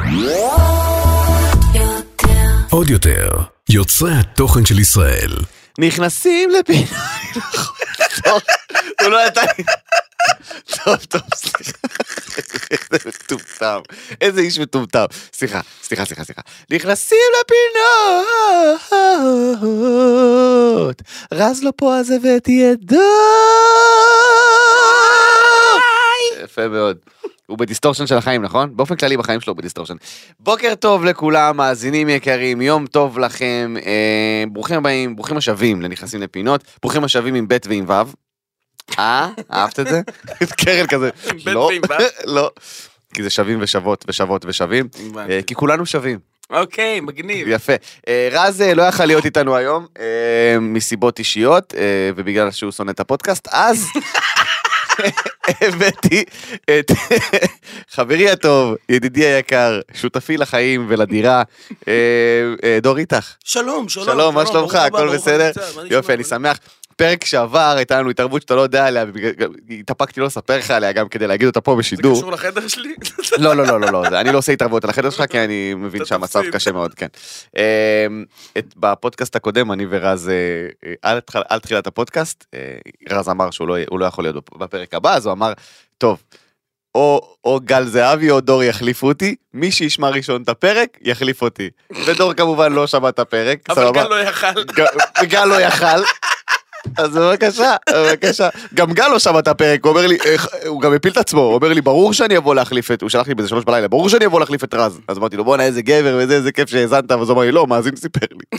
עוד יותר, יוצרי התוכן של ישראל. נכנסים לפינה. הוא לא הייתה... טוב, סליחה. איזה מטומטם. איזה איש מטומטם. סליחה. נכנסים לפינות. רז לא פה אז הבאתי ידו. יפה מאוד. הוא בדיסטורשן של החיים, נכון? באופן כללי בחיים שלו הוא בדיסטורשן. בוקר טוב לכולם, מאזינים יקרים, יום טוב לכם, ברוכים הבאים, ברוכים השבים לנכנסים לפינות, ברוכים השבים עם ב' ועם ו'. אהבת את זה? קרן כזה. לא, כי זה שווים ושוות ושוות ושווים, כי כולנו שווים. אוקיי, מגניב. יפה. רז לא יכל להיות איתנו היום, מסיבות אישיות, ובגלל שהוא שונא את הפודקאסט, אז... הבאתי את חברי הטוב, ידידי היקר, שותפי לחיים ולדירה, דור איתך. שלום, מה שלומך? הכל בסדר? יופי, אני שמח. פרק שעבר הייתה לנו התערבות שאתה לא יודע עליה, התאפקתי לא לספר לך עליה גם כדי להגיד אותה פה בשידור. זה קשור לחדר שלי? לא, אני לא עושה התערבות על החדר שלך, כי אני מבין שהמצב קשה מאוד, כן. בפודקאסט הקודם, אני ורז, על תחילת הפודקאסט, רז אמר שהוא לא יכול להיות בפרק הבא, אז הוא אמר, טוב, או גל זהבי או דור יחליפו אותי, מי שישמע ראשון את הפרק, יחליף אותי. ודור כמובן לא שמע את הפרק. אבל גל לא יכל. גל לא יכל. אז בבקשה. גם גל לא שמע את הפרק, הוא אומר לי, הוא גם הפיל את עצמו, הוא אומר לי, ברור שאני אבוא להחליף הוא שלח לי באיזה 3 בלילה, ברור שאני אבוא להחליף את רז. אז אמרתי לו, בוא נה, איזה גבר וזה, איזה כיף שהזנת, אז הוא אמר לי, לא, מאזין סיפר לי.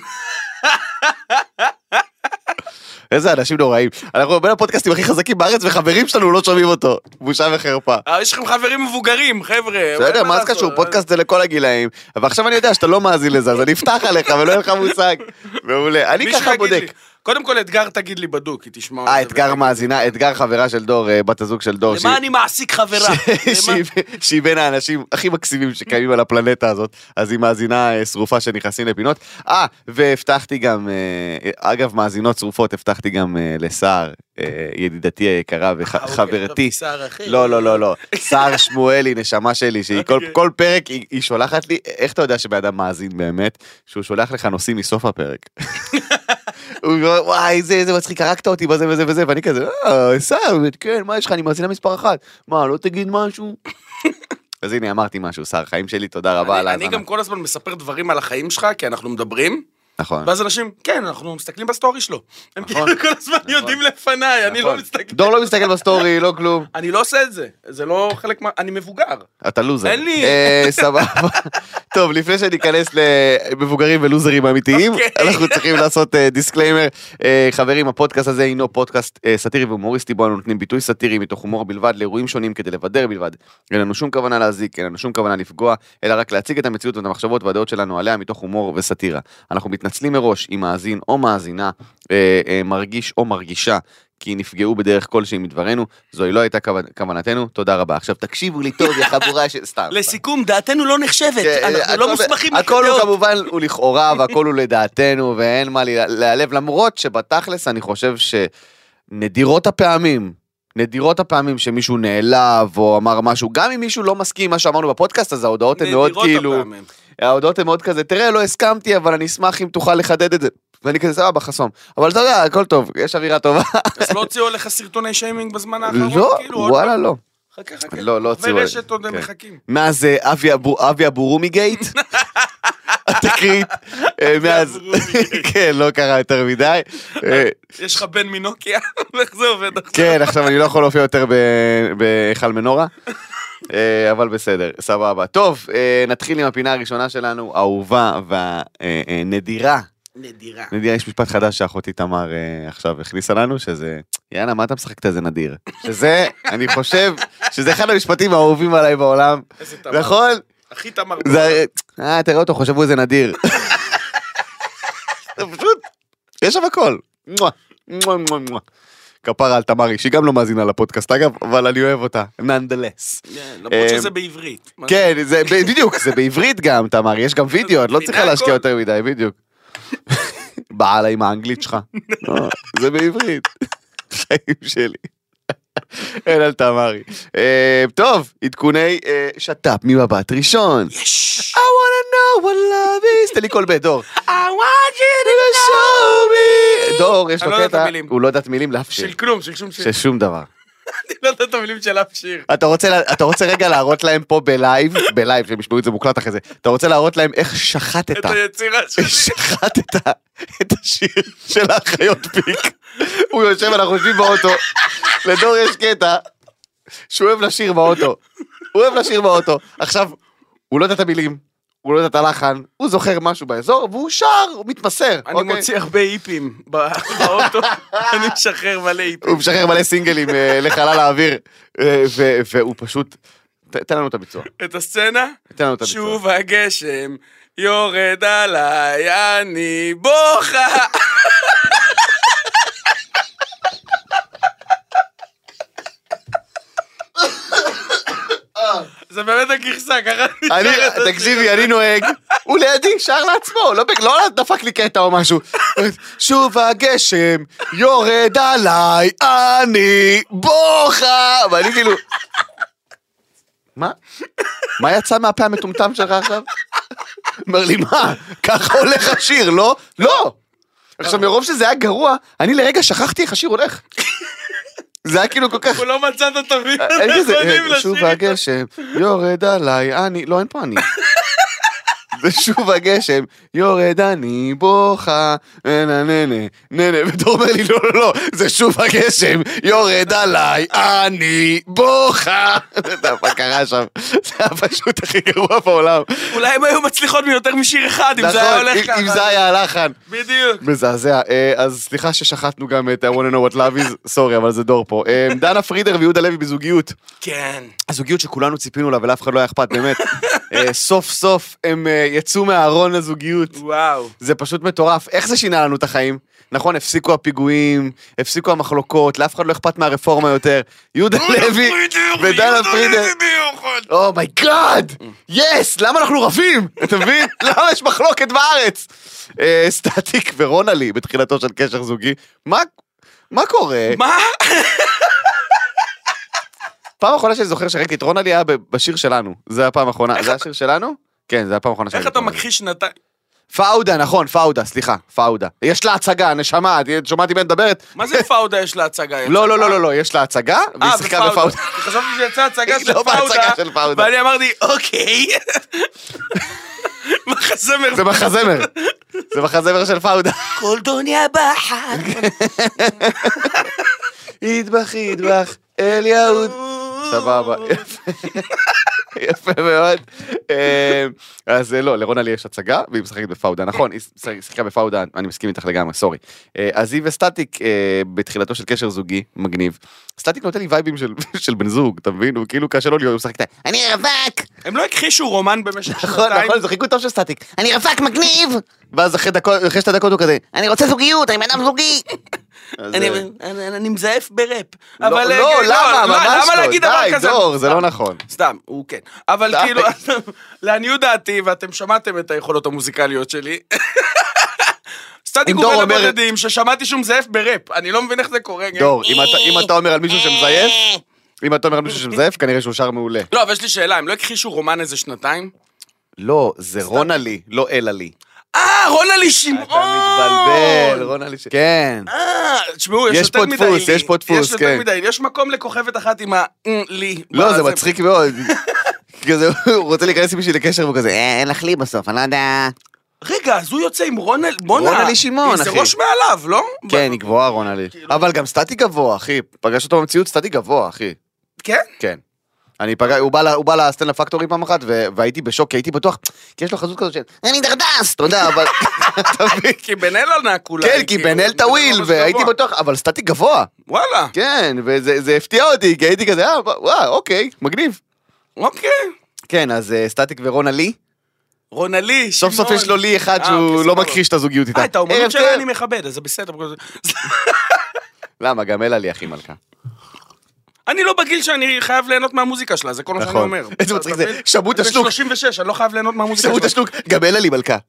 איזה אנשים נוראים. אנחנו בין הפודקאסטים הכי חזקים בארץ, וחברים שלנו לא שומעים אותו. בושה וחרפה. יש לכם חברים מבוגרים, חבר'ה. בסדר, מה זה קשור? פודקאסט זה לכל הגילאים. ועכשיו אני יודע שאתה לא מאזין לזה, אז אני אפתח עליך, ולא יהיה לך מושג. מעולה. אני ככה בודק. קודם כל, אתגר תגיד לי בדוק, כי תשמע... אתגר מאזינה, אתגר חברה של דור, בת הזוג של דור. למה אני מעסיק חברה? שהיא בין האנשים הכי מקסימים שקיימים על הפלנטה הזאת, אז היא מאזינה שרופה שנכנסים לפינות. והבטחתי גם, אגב, מאזינות שרופות, הבטחתי גם לסער, ידידתי היקרה וחברתי. לא. סער שמואלי, נשמה שלי, שהיא כל פרק היא שולחת לי, איך אתה יודע שבאדם מאזין באמת, שהוא שולח לך נושאים מסוף הפרק. הוא אומר, וואי, זה מצחיק, הרקת אותי בזה וזה וזה, ואני כזה, סער, כן, מה יש לך, אני מאזינה מספר 1, מה, לא תגיד משהו? אז הנה, אמרתי משהו, סער, חיים שלי, תודה רבה על ההזנה. אני גם כל הזמן מספר דברים על החיים שלך, כי אנחנו מדברים, נכון. ואז אנשים, כן, אנחנו מסתכלים בסטורי שלו. הם כאילו כל הזמן יודעים לפניי, אני לא מסתכל. דור לא מסתכל בסטורי, לא כלום. אני לא עושה את זה, זה לא חלק מה... אני מבוגר. אתה לוזר. אין לי. סבבה. טוב, לפני שניכנס למבוגרים ולוזרים אמיתיים, אנחנו צריכים לעשות דיסקליימר. חברים, הפודקאסט הזה הינו פודקאסט סאטירי והומוריסטי, בו אנו נותנים ביטוי סאטירי מתוך הומור בלבד, לאירועים שונים כדי לבדר בלבד. אין לנו שום כוונה להזיק, אין לנו שום כוונה לפגוע, אלא רק להציג את המציאות ואת המחשבות והדעות שלנו עליה מתוך הומור וסאטירה. אנחנו מתנצלים מראש אם מאזין או מאזינה מרגיש או מרגישה כי נפגעו בדרך כלשהי מדברנו, זוהי לא הייתה כוונתנו, תודה רבה. עכשיו תקשיבו לי טוב, יחבורה סתם. לסיכום, דעתנו לא נחשבת, אנחנו לא מוסמכים לקדעות. הכל הוא כמובן, הוא לכאורה, והכל הוא לדעתנו, ואין מה להיעלב, למרות שבתכלס אני חושב שנדירות הפעמים שמישהו נעלב או אמר משהו, גם אם מישהו לא מסכים מה שאמרנו בפודקאסט, אז ההודעות הן מאוד כאילו, ההודעות הן מאוד כזה, תראה, לא הסכמתי, אבל אני אשמח אם תוכל לחדד את זה. ואני כזה סבבה, חסום. אבל אתה יודע, הכל טוב, יש אווירה טובה. אז לא הוציאו עליך סרטוני שיימינג בזמן האחרון? לא, וואלה, לא. חכה. לא הוציאו. ורשת עוד הם מחכים. מאז אבי אבורומי גייט, התקרית, מאז, כן, לא קרה יותר מדי. יש לך בן מנוקיה? איך זה עובד עכשיו? כן, עכשיו אני לא יכול להופיע יותר בהיכל מנורה. אבל בסדר, סבבה. טוב, נתחיל עם הפינה הראשונה שלנו, האהובה והנדירה. נדירה, יש משפט חדש שאחותי תמר עכשיו הכניסה לנו, שזה, יאללה, מה אתה משחק את זה נדיר? שזה, אני חושב, שזה אחד המשפטים האהובים עליי בעולם. נכון? הכי תמר. תראה אותו, חושבו איזה נדיר. זה פשוט, יש שם הכל. כפרה על תמרי, שהיא גם לא מאזינה לפודקאסט אגב, אבל אני אוהב אותה, nonetheless. למרות שזה בעברית. כן, בדיוק, זה בעברית גם, תמרי, יש גם וידאו, את לא צריכה להשקיע יותר מדי, בדיוק. בעלה עם האנגלית שלך. זה בעברית. חיים שלי. אלעל תמרי. טוב, עדכוני שטאפ ממבט ראשון. יש. I wanna know what love is. תן לי קול בית, דור. I want you to show me. דור, יש לו אני לא יודע קטע, את המילים. הוא לא יודעת מילים לאף שיר. של כלום, של שום שיר. של שום דבר. אני לא יודע את המילים של אף שיר. אתה רוצה רגע להראות להם פה בלייב, שהם ישמעו את זה מוקלט אחרי זה, אתה רוצה להראות להם איך שחטת. את היצירה שלי. שחטת את השיר של האחיות פיק. הוא יושב, אנחנו יושבים באוטו, לדור יש קטע, שהוא אוהב לשיר באוטו. הוא אוהב לשיר באוטו. עכשיו, הוא לא יודע את המילים, הוא לא יודע את הלחן, הוא זוכר משהו באזור, והוא שר, הוא מתמסר. אני מוציא הרבה איפים באוטו, אני משחרר מלא איפים. הוא משחרר מלא סינגלים לחלל האוויר, והוא פשוט, תן לנו את הביצוע. את הסצנה? תן לנו את הביצוע. שוב הגשם יורד עליי, אני בוכה. זה באמת הגרסה, ככה תקשיבי, אני נוהג, הוא לידי, שר לעצמו, לא דפק לי קטע או משהו. שוב הגשם יורד עליי, אני בוכה. ואני כאילו, מה? מה יצא מהפה המטומטם שלך עכשיו? אומר לי, מה? ככה הולך השיר, לא? לא! עכשיו, מרוב שזה היה גרוע, אני לרגע שכחתי איך השיר הולך. זה היה כאילו כל כך... הוא לא מצא את הטובים. שוב הגשם, יורד עליי, אני... לא, אין פה אני. זה שוב הגשם, יורד אני בוכה, ננה, ודור אומר לי, לא, זה שוב הגשם, יורד עליי, אני בוכה. מה קרה שם? זה היה פשוט הכי גרוע בעולם. אולי הם היו מצליחות מיותר משיר אחד, אם זה היה הולך ככה. אם זה היה הלחן. בדיוק. מזעזע. אז סליחה ששחטנו גם את I wanna know what love is, סורי, אבל זה דור פה. דנה פרידר ויהודה לוי בזוגיות. כן. הזוגיות שכולנו ציפינו לה ולאף אחד לא היה אכפת, באמת. סוף סוף הם יצאו מהארון לזוגיות. וואו. זה פשוט מטורף. איך זה שינה לנו את החיים? נכון, הפסיקו הפיגועים, הפסיקו המחלוקות, לאף אחד לא אכפת מהרפורמה יותר. יהודה לוי ודנה פרידר. אומייגאד! יס! למה אנחנו רבים? אתה מבין? למה יש מחלוקת בארץ? סטטיק ורונלי בתחילתו של קשר זוגי. מה קורה? מה? פעם האחרונה שאני זוכר שראיתי את רונלי היה בשיר שלנו. זה הפעם האחרונה. זה השיר שלנו? כן, זה הפעם האחרונה. איך אתה מכחיש שנתיים? פאודה, נכון, פאודה, סליחה, פאודה. יש לה הצגה, נשמה, שמעתי בין מדברת. מה זה פאודה יש לה הצגה? לא, יש לה הצגה, והיא שיחקה בפאודה. חשבתי שיצאה הצגה של פאודה. ואני אמרתי, אוקיי. מחזמר. זה מחזמר של פאודה. כל דוניה בחד. ידבח, אל יהוד. סבבה, יפה מאוד. אז לא, לרונלי יש הצגה, והיא משחקת בפאודה, נכון, היא שיחקה בפאודה, אני מסכים איתך לגמרי, סורי. אז היא וסטטיק, בתחילתו של קשר זוגי, מגניב. סטטיק נותן לי וייבים של בן זוג, אתה מבין? הוא כאילו קשה לו להיות, הוא משחק, אני רווק! הם לא הכחישו רומן במשך שנתיים. נכון, זה חיכוי טוב של סטטיק. אני רווק מגניב! ואז אחרי 2 דקות הוא כזה, אני רוצה זוגיות, אני בן זוגי! אני מזייף בראפ. לא, למה? ממש לא, די, דור, זה לא נכון. סתם, הוא כן. אבל כאילו, לעניות דעתי, ואתם שמעתם את היכולות המוזיקליות שלי, סטטיק הוא בין הבודדים ששמעתי שהוא מזייף בראפ. אני לא מבין איך זה קורה. דור, אם אתה אומר על מישהו שמזייף, כנראה שהוא שר מעולה. לא, אבל יש לי שאלה, הם לא הכחישו רומן איזה שנתיים? לא, זה רונלי, לא אלעלי. רונלי שמעון! אתה מתבלבל, רונלי שמעון. כן. תשמעו, יש יותר מדי לי. יש פה דפוס, כן. יש מקום לכוכבת אחת עם לי. לא, זה מצחיק מאוד. הוא רוצה להיכנס עם מישהי לקשר והוא כזה, אין לך לי בסוף, אני לא יודע. רגע, אז הוא יוצא עם רונלי שמעון, אחי. זה ראש מעליו, לא? כן, היא גבוהה רונלי. אבל גם סטטיק גבוה, אחי. פגש אותו במציאות סטטיק גבוה, אחי. כן? כן. הוא בא לסטנדאפ פקטורי פעם אחת, והייתי בשוק, כי הייתי בטוח, כי יש לו חזות כזאת של, אני דרדס, אתה יודע, אבל... כי בן אל ענק אולי. כן, כי בן אל טוויל, והייתי בטוח, אבל סטטיק גבוה. וואלה. כן, וזה הפתיע אותי, כי הייתי כזה, וואו, אוקיי, מגניב. אוקיי. כן, אז סטטיק ורונלי. רונלי, סוף סוף יש לו לי אחד שהוא לא מכחיש את הזוגיות איתה. את האומנות שלה אני מכבד, אז זה בסדר. למה? גם אלה לי הכי מלכה. אני לא בגיל שאני חייב ליהנות מהמוזיקה שלה, זה כל מה שאני אומר. איזה מצחיק זה, שבות השלוק. אני 36, אני לא חייב ליהנות מהמוזיקה שלה. שבות השלוק, גם אלה לי מלכה.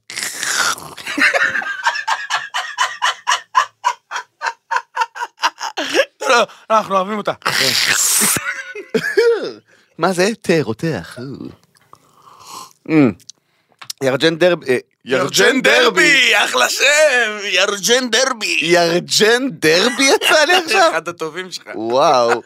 אנחנו אוהבים אותה. מה זה? תה, רותח. ירג'ן דרבי. ירג'ן דרבי, אחלה שם, ירג'ן דרבי. ירג'ן דרבי יצא לי עכשיו? אחד הטובים שלך. וואו.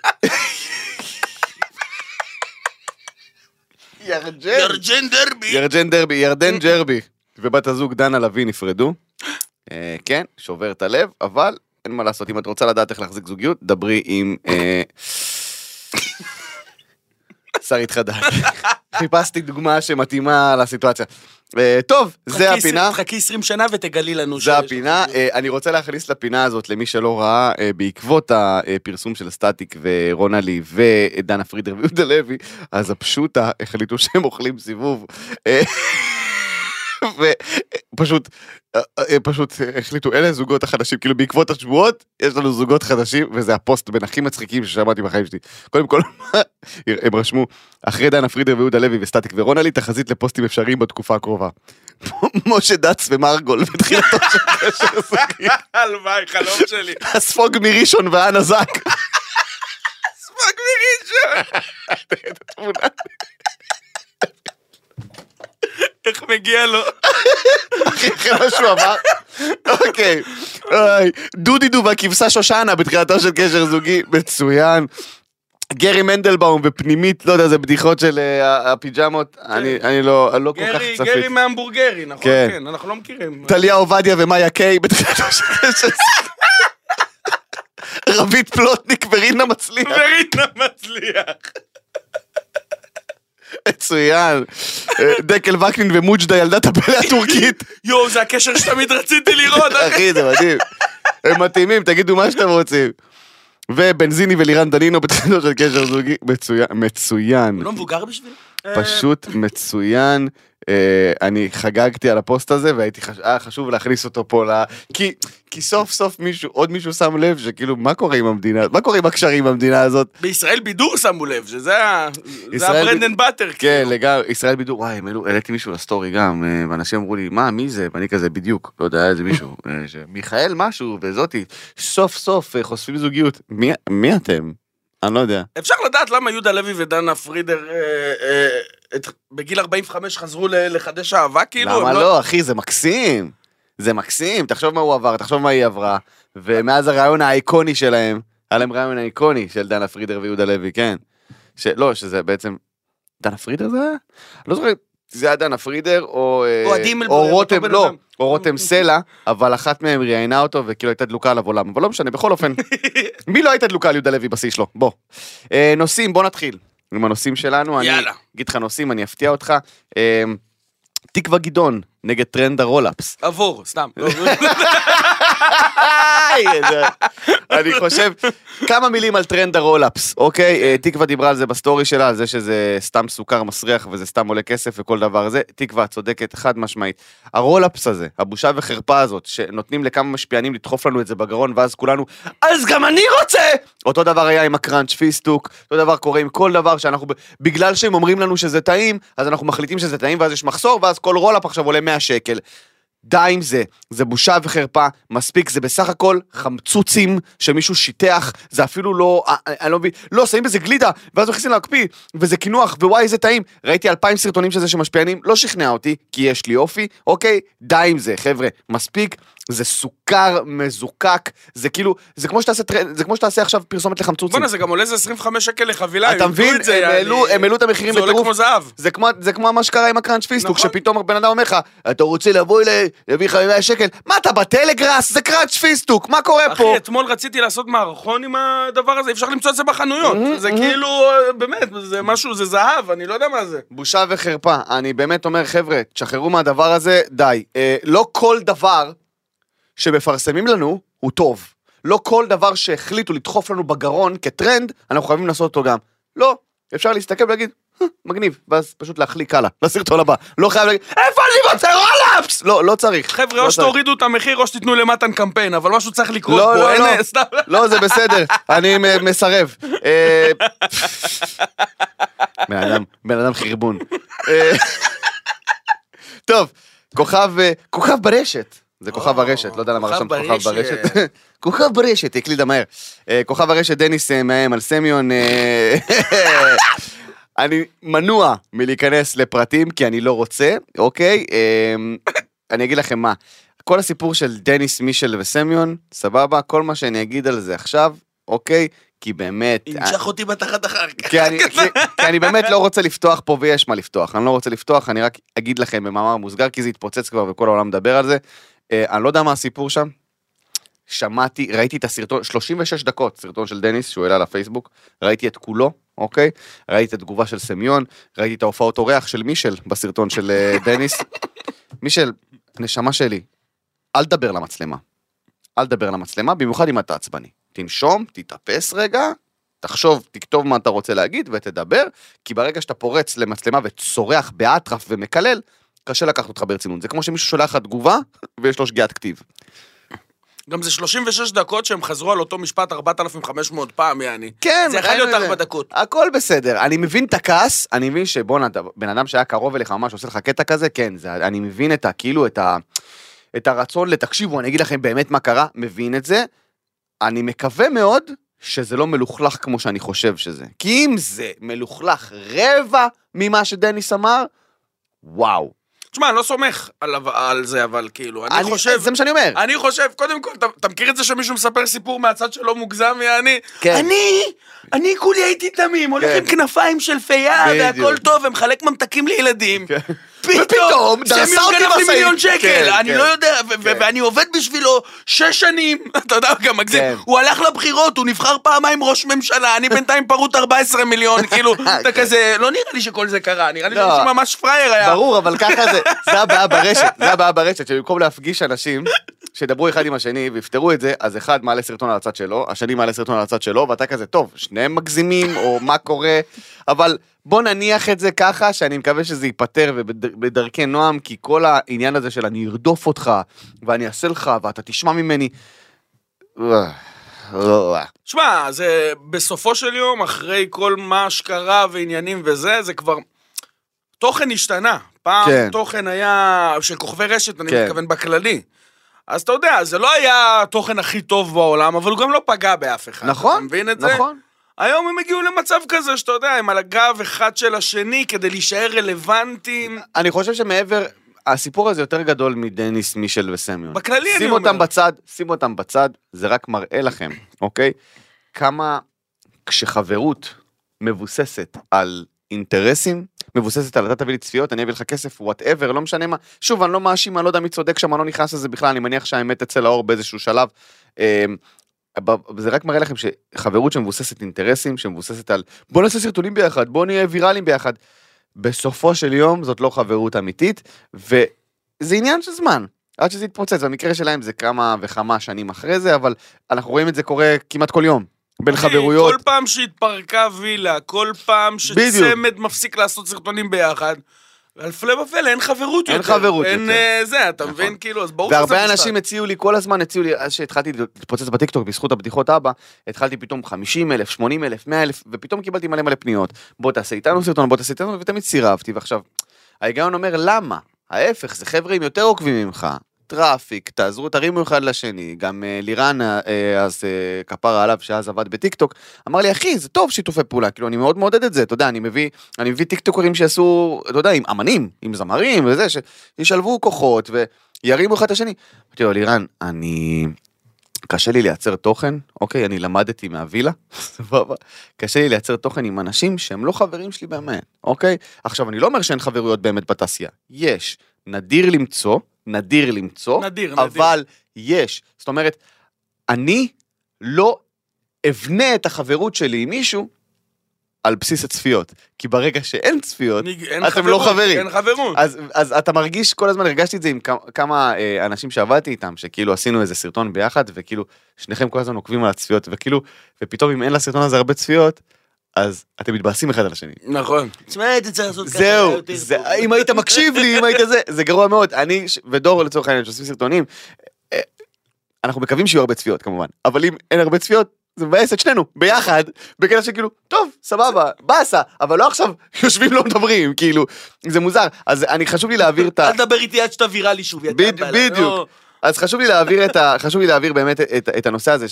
ירג'ן דרבי. ירג'ן דרבי, ירדן ג'רבי. ובת הזוג דנה לוי נפרדו. כן, שובר את הלב, אבל אין מה לעשות, אם את רוצה לדעת איך להחזיק זוגיות, דברי עם שרית חדד. חיפשתי דוגמה שמתאימה לסיטואציה. טוב, זה הפינה. תחכי 20 שנה ותגלי לנו. זה הפינה. אני רוצה להכניס לפינה הזאת למי שלא ראה, בעקבות הפרסום של סטטיק ורונלי ודנה פרידר ויהודה לוי, אז הפשוטה החליטו שהם אוכלים סיבוב. ופשוט החליטו, אלה הזוגות החדשים, כאילו בעקבות השבועות, יש לנו זוגות חדשים, וזה הפוסט בין הכי מצחיקים ששמעתי בחיים שלי. קודם כל, הם רשמו, אחרי דנה פרידר ויהודה לוי וסטטיק ורונלי, תחזית לפוסטים אפשריים בתקופה הקרובה. משה דץ ומרגול, בתחילתו של קשר זוגי. הלוואי, חלום שלי. הספוג מראשון ואנה זק. הספוג מראשון. איך מגיע לו? אחרי מה שהוא אמר. אוקיי. דודידו והכבשה שושנה בתחילתו של קשר זוגי. מצוין. גרי מנדלבאום ופנימית, לא יודע, זה בדיחות של הפיג'מות. אני לא כל כך צפית. גרי מהמבורגרי, נכון? כן, אנחנו לא מכירים. טליה עובדיה ומאיה קיי בתחילתו של קשר זוגי. רבית פלוטניק ורינה מצליח. מצוין. דקל וקנין ומוג'דה ילדת הפלא הטורקית. יואו, זה הקשר שתמיד רציתי לראות. אחי, זה מדהים. הם מתאימים, תגידו מה שאתם רוצים. ובנזיני ולירן דנינו בתחילתו של קשר זוגי. מצוין. הוא לא מבוגר בשביל? פשוט מצוין. אני חגגתי על הפוסט הזה, והיה חשוב להכניס אותו פה, כי סוף סוף עוד מישהו שם לב שכאילו, מה קורה עם המדינה, מה קורה עם הקשרים במדינה הזאת? בישראל בידור שמו לב, שזה הברנדן באטר. כן, לגמרי, ישראל בידור, וואי, העליתי מישהו לסטורי גם, ואנשים אמרו לי, מה, מי זה? ואני כזה בדיוק, לא יודע, איזה מישהו, מיכאל משהו, וזאתי, סוף סוף חושפים זוגיות, מי אתם? אני לא יודע. אפשר לדעת למה יהודה לוי ודנה פרידר בגיל 45 חזרו לחדש אהבה, כאילו? למה לא, אחי, זה מקסים. זה מקסים, תחשוב מה הוא עבר, תחשוב מה היא עברה. ומאז הרעיון האיקוני שלהם, היה להם רעיון האיקוני של דנה פרידר ויהודה לוי, כן. לא, שזה בעצם... דנה פרידר זה היה? לא זוכר, זה היה דנה פרידר, או רותם, לא, או רותם סלע, אבל אחת מהם ראיינה אותו, וכאילו הייתה דלוקה עליו עולם. אבל לא משנה, בכל אופן. מי לא הייתה דלוקה על יהודה לוי בשיא שלו? בוא. נושאים, בוא נתחיל. עם הנושאים שלנו, אני אגיד לך נושאים, אני אפתיע אותך. תקווה גדעון, נגד טרנד הרולאפס. עבור, סתם. אני חושב, כמה מילים על טרנד הרולאפס, אוקיי? תקווה דיברה על זה בסטורי שלה, על זה שזה סתם סוכר מסריח, וזה סתם עולה כסף וכל דבר הזה. תקווה צודקת, חד משמעית. הרולאפס הזה, הבושה וחרפה הזאת, שנותנים לכמה משפיענים לדחוף לנו את זה בגרון, ואז כולנו, אז גם אני רוצה! אותו דבר היה עם הקראנץ' פיסטוק, אותו דבר קורה עם כל דבר שאנחנו, בגלל שהם אומרים לנו שזה טעים, אז אנחנו מחליטים שזה טעים, ואז יש מחסור, ואז כל רולאפ עכשיו עולה 100 שקל. די עם זה, זה בושה וחרפה, מספיק, זה בסך הכל חמצוצים שמישהו שיטח, זה אפילו לא, אני לא מבין, לא, שמים בזה גלידה, ואז מכניסים להקפיא, וזה כינוח, ווואי, זה טעים, ראיתי 2,000 סרטונים של זה שמשפיענים, לא שכנע אותי, כי יש לי אופי, אוקיי, די עם זה, חבר'ה, מספיק, זה סוכר מזוקק, זה כאילו, זה כמו שתעשה עכשיו פרסומת לחמצוצים. בוא'נה, זה גם עולה איזה 25 שקל לחבילה. אתה מבין, הם העלו את המחירים בטירוף. זה עולה כמו זהב. זה כמו מה שקרה עם הקראנץ' פיסטוק, שפתאום בן אדם אומר לך, אתה רוצה לבוא להביא לך 100 שקל, מה אתה בטלגראס? זה קראנץ' פיסטוק, מה קורה פה? אחי, אתמול רציתי לעשות מערכון עם הדבר הזה, אפשר למצוא את זה בחנויות. זה כאילו, באמת, זה משהו, זה זהב, אני לא יודע מה זה. בושה וחרפה. אני באמת אומר, חבר'ה, תשחררו מהדבר הזה, די. לא כל דבר שמפרסמים לנו הוא טוב. לא כל דבר שהחליטו לדחוף לנו בגרון כטרנד, אנחנו חייבים לעשות אותו גם. לא, אפשר להסתכל ולהגיד, מגניב, ואז פשוט להחליק הלאה, לסרטון הבא. לא חייב להגיד, איפה אני רוצה רולאפס? לא צריך. חבר'ה, או שתורידו את המחיר, או שתיתנו למתן קמפיין, אבל משהו צריך לקרות פה. לא, זה בסדר, אני מסרב. בן אדם חרבון. טוב, כוכב ברשת. זה כוכב הרשת, לא יודע למה רשמת כוכב ברשת. כוכב ברשת, הקלידה מהר. כוכב הרשת דניס מאיים על סמיון. אני מנוע מלהיכנס לפרטים, כי אני לא רוצה, אוקיי? אני אגיד לכם מה. כל הסיפור של דניס, מישל וסמיון, סבבה, כל מה שאני אגיד על זה עכשיו, אוקיי? כי באמת... המשך אותי בתחת אחר כך. כי אני באמת לא רוצה לפתוח פה, ויש מה לפתוח. אני לא רוצה לפתוח, אני רק אגיד לכם במאמר מוסגר, כי זה התפוצץ כבר וכל העולם מדבר על זה. אני לא יודע מה הסיפור שם. שמעתי, ראיתי את הסרטון, 36 דקות, סרטון של דניס, שהוא העלה לפייסבוק. ראיתי את כולו, אוקיי? ראיתי את התגובה של סמיון, ראיתי את ההופעות אורח של מישל בסרטון של דניס. מישל, נשמה שלי, אל תדבר למצלמה. אל תדבר למצלמה, במיוחד אם אתה עצבני. תנשום, תתאפס רגע, תחשוב, תכתוב מה אתה רוצה להגיד ותדבר, כי ברגע שאתה פורץ למצלמה וצורח באטרף ומקלל, קשה לקחת אותך ברצינות. זה כמו שמישהו שולח לך תגובה ויש לו שגיאת כתיב. גם זה 36 דקות שהם חזרו על אותו משפט 4,500 פעם, יעני. כן. זה יכול להיות 4 דקות. הכל בסדר. אני מבין את הכעס, אני מבין שבוא, בן אדם שהיה קרוב אליך ממש עושה לך קטע כזה, כן, אני מבין את כאילו, את הרצון לתקשיבו, אני אגיד לכם באמת מה קרה, מבין את זה. אני מקווה מאוד שזה לא מלוכלך כמו שאני חושב שזה. כי אם זה מלוכלך רבע ממה שדניס אמר, וואו. תשמע, אני לא סומך על זה, אבל כאילו, אני חושב... זה מה שאני אומר. אני חושב, קודם כל, אתה מכיר את זה שמישהו מספר סיפור מהצד שלא מוגזם, ואני... כן. אני כולי הייתי תמים, הולך עם כנפיים של פייה, והכל טוב, ומחלק ממתקים לילדים. ופתאום, דרסה אותי $1,000,000 שקל, אני לא יודע, ואני עובד בשבילו 6 שנים, אתה יודע, גם מגזים, הוא הלך לבחירות, הוא נבחר פעמיים ראש ממשלה, אני בינתיים פרוט 14 מיליון, כאילו, אתה כזה, לא נראה לי שכל זה קרה, נראה לי שהוא ממש פרייר היה. ברור, אבל ככה זה הבעיה ברשת, שבמקום להפגיש אנשים, שדברו אחד עם השני ויפתרו את זה, אז אחד מעלה סרטון על הצד שלו, השני מעלה סרטון על הצד שלו, ואתה כזה, טוב, שניהם מגזימים, או מה קורה, אבל בוא נניח את זה ככה, שאני מקווה שזה ייפטר ובדרכי נועם, כי כל העניין הזה של אני ארדוף אותך, ואני אעשה לך, ואתה תשמע ממני. שמע, זה בסופו של יום, אחרי כל מה שקרה ועניינים וזה, זה כבר... תוכן השתנה. פעם תוכן היה של כוכבי רשת, אני מתכוון בכללי. אז אתה יודע, זה לא היה התוכן הכי טוב בעולם, אבל הוא גם לא פגע באף אחד. נכון, אתה מבין את זה? נכון. היום הם הגיעו למצב כזה, שאתה יודע, הם על הגב אחד של השני, כדי להישאר רלוונטיים. אני חושב שמעבר, הסיפור הזה יותר גדול מדניס, מישל וסמיון. בכללי אני אומר. שימו אותם בצד, זה רק מראה לכם, אוקיי? כמה כשחברות מבוססת על אינטרסים, מבוססת על אתה תביא לי צפיות, אני אביא לך כסף, whatever, לא משנה מה. שוב, אני לא מאשים, אני לא יודע מי צודק שם, אני לא נכנס לזה בכלל, אני מניח שהאמת תצא לאור באיזשהו שלב. זה רק מראה לכם שחברות שמבוססת אינטרסים, שמבוססת על בוא נעשה סרטונים ביחד, בוא נהיה ויראליים ביחד. בסופו של יום זאת לא חברות אמיתית, וזה עניין של זמן, עד שזה יתפוצץ. במקרה שלהם זה כמה וכמה שנים אחרי זה, אבל אנחנו רואים את זה קורה כמעט כל יום. בין חברויות. כל פעם שהתפרקה וילה, כל פעם שצמד מפסיק לעשות סרטונים ביחד, אלפי ופלא, אין חברות יותר. אין חברות יותר. אין זה, אתה מבין כאילו, אז ברור שזה משפט. והרבה אנשים הציעו לי, כל הזמן הציעו לי, אז שהתחלתי להתפוצץ בטיקטוק, בזכות הבדיחות אבא, התחלתי פתאום 50,000, 80,000, 100,000, ופתאום קיבלתי מלא פניות. בוא תעשה איתנו סרטון, בוא תעשה איתנו, ותמיד סירבתי, ועכשיו, ההיגיון אומר, למה? ההפך, זה חבר'ה עם יותר עוקבים ממך. טראפיק, תעזרו, תרימו אחד לשני, גם לירן, אז כפרה עליו שאז עבד בטיקטוק, אמר לי, אחי, זה טוב שיתופי פעולה, כאילו, אני מאוד מעודד את זה, אתה יודע, אני מביא טיקטוקרים שיעשו, אתה יודע, עם אמנים, עם זמרים וזה, שישלבו כוחות וירימו אחד את השני. אמרתי לו, לירן, קשה לי לייצר תוכן, אוקיי, אני למדתי מהווילה, סבבה, קשה לי לייצר תוכן עם אנשים שהם לא חברים שלי באמת, אוקיי? עכשיו, אני לא אומר שאין חברויות באמת בתעשייה, יש, נדיר למצוא, אבל יש. זאת אומרת, אני לא אבנה את החברות שלי עם מישהו על בסיס הצפיות. כי ברגע שאין צפיות, אתם לא חברים. אין חברות. אז אתה מרגיש, כל הזמן הרגשתי את זה עם כמה אנשים שעבדתי איתם, שכאילו עשינו איזה סרטון ביחד, וכאילו שניכם כל הזמן עוקבים על הצפיות, וכאילו, ופתאום אם אין לסרטון הזה הרבה צפיות, אז אתם מתבאסים אחד על השני. נכון. תשמע, הייתי צריך לעשות ככה. זהו, אם היית מקשיב לי, אם היית זה גרוע מאוד. אני ודור לצורך העניין שעושים סרטונים, אנחנו מקווים שיהיו הרבה צפיות כמובן, אבל אם אין הרבה צפיות, זה מבאס את שנינו, ביחד, בקטע שכאילו, טוב, סבבה, באסה, אבל לא עכשיו יושבים לא מדברים, כאילו, זה מוזר. אז אני חשוב לי להעביר את ה... אל תדבר איתי עד שאתה ויראלי שוב, בדיוק. אז חשוב לי להעביר באמת את הנושא הזה,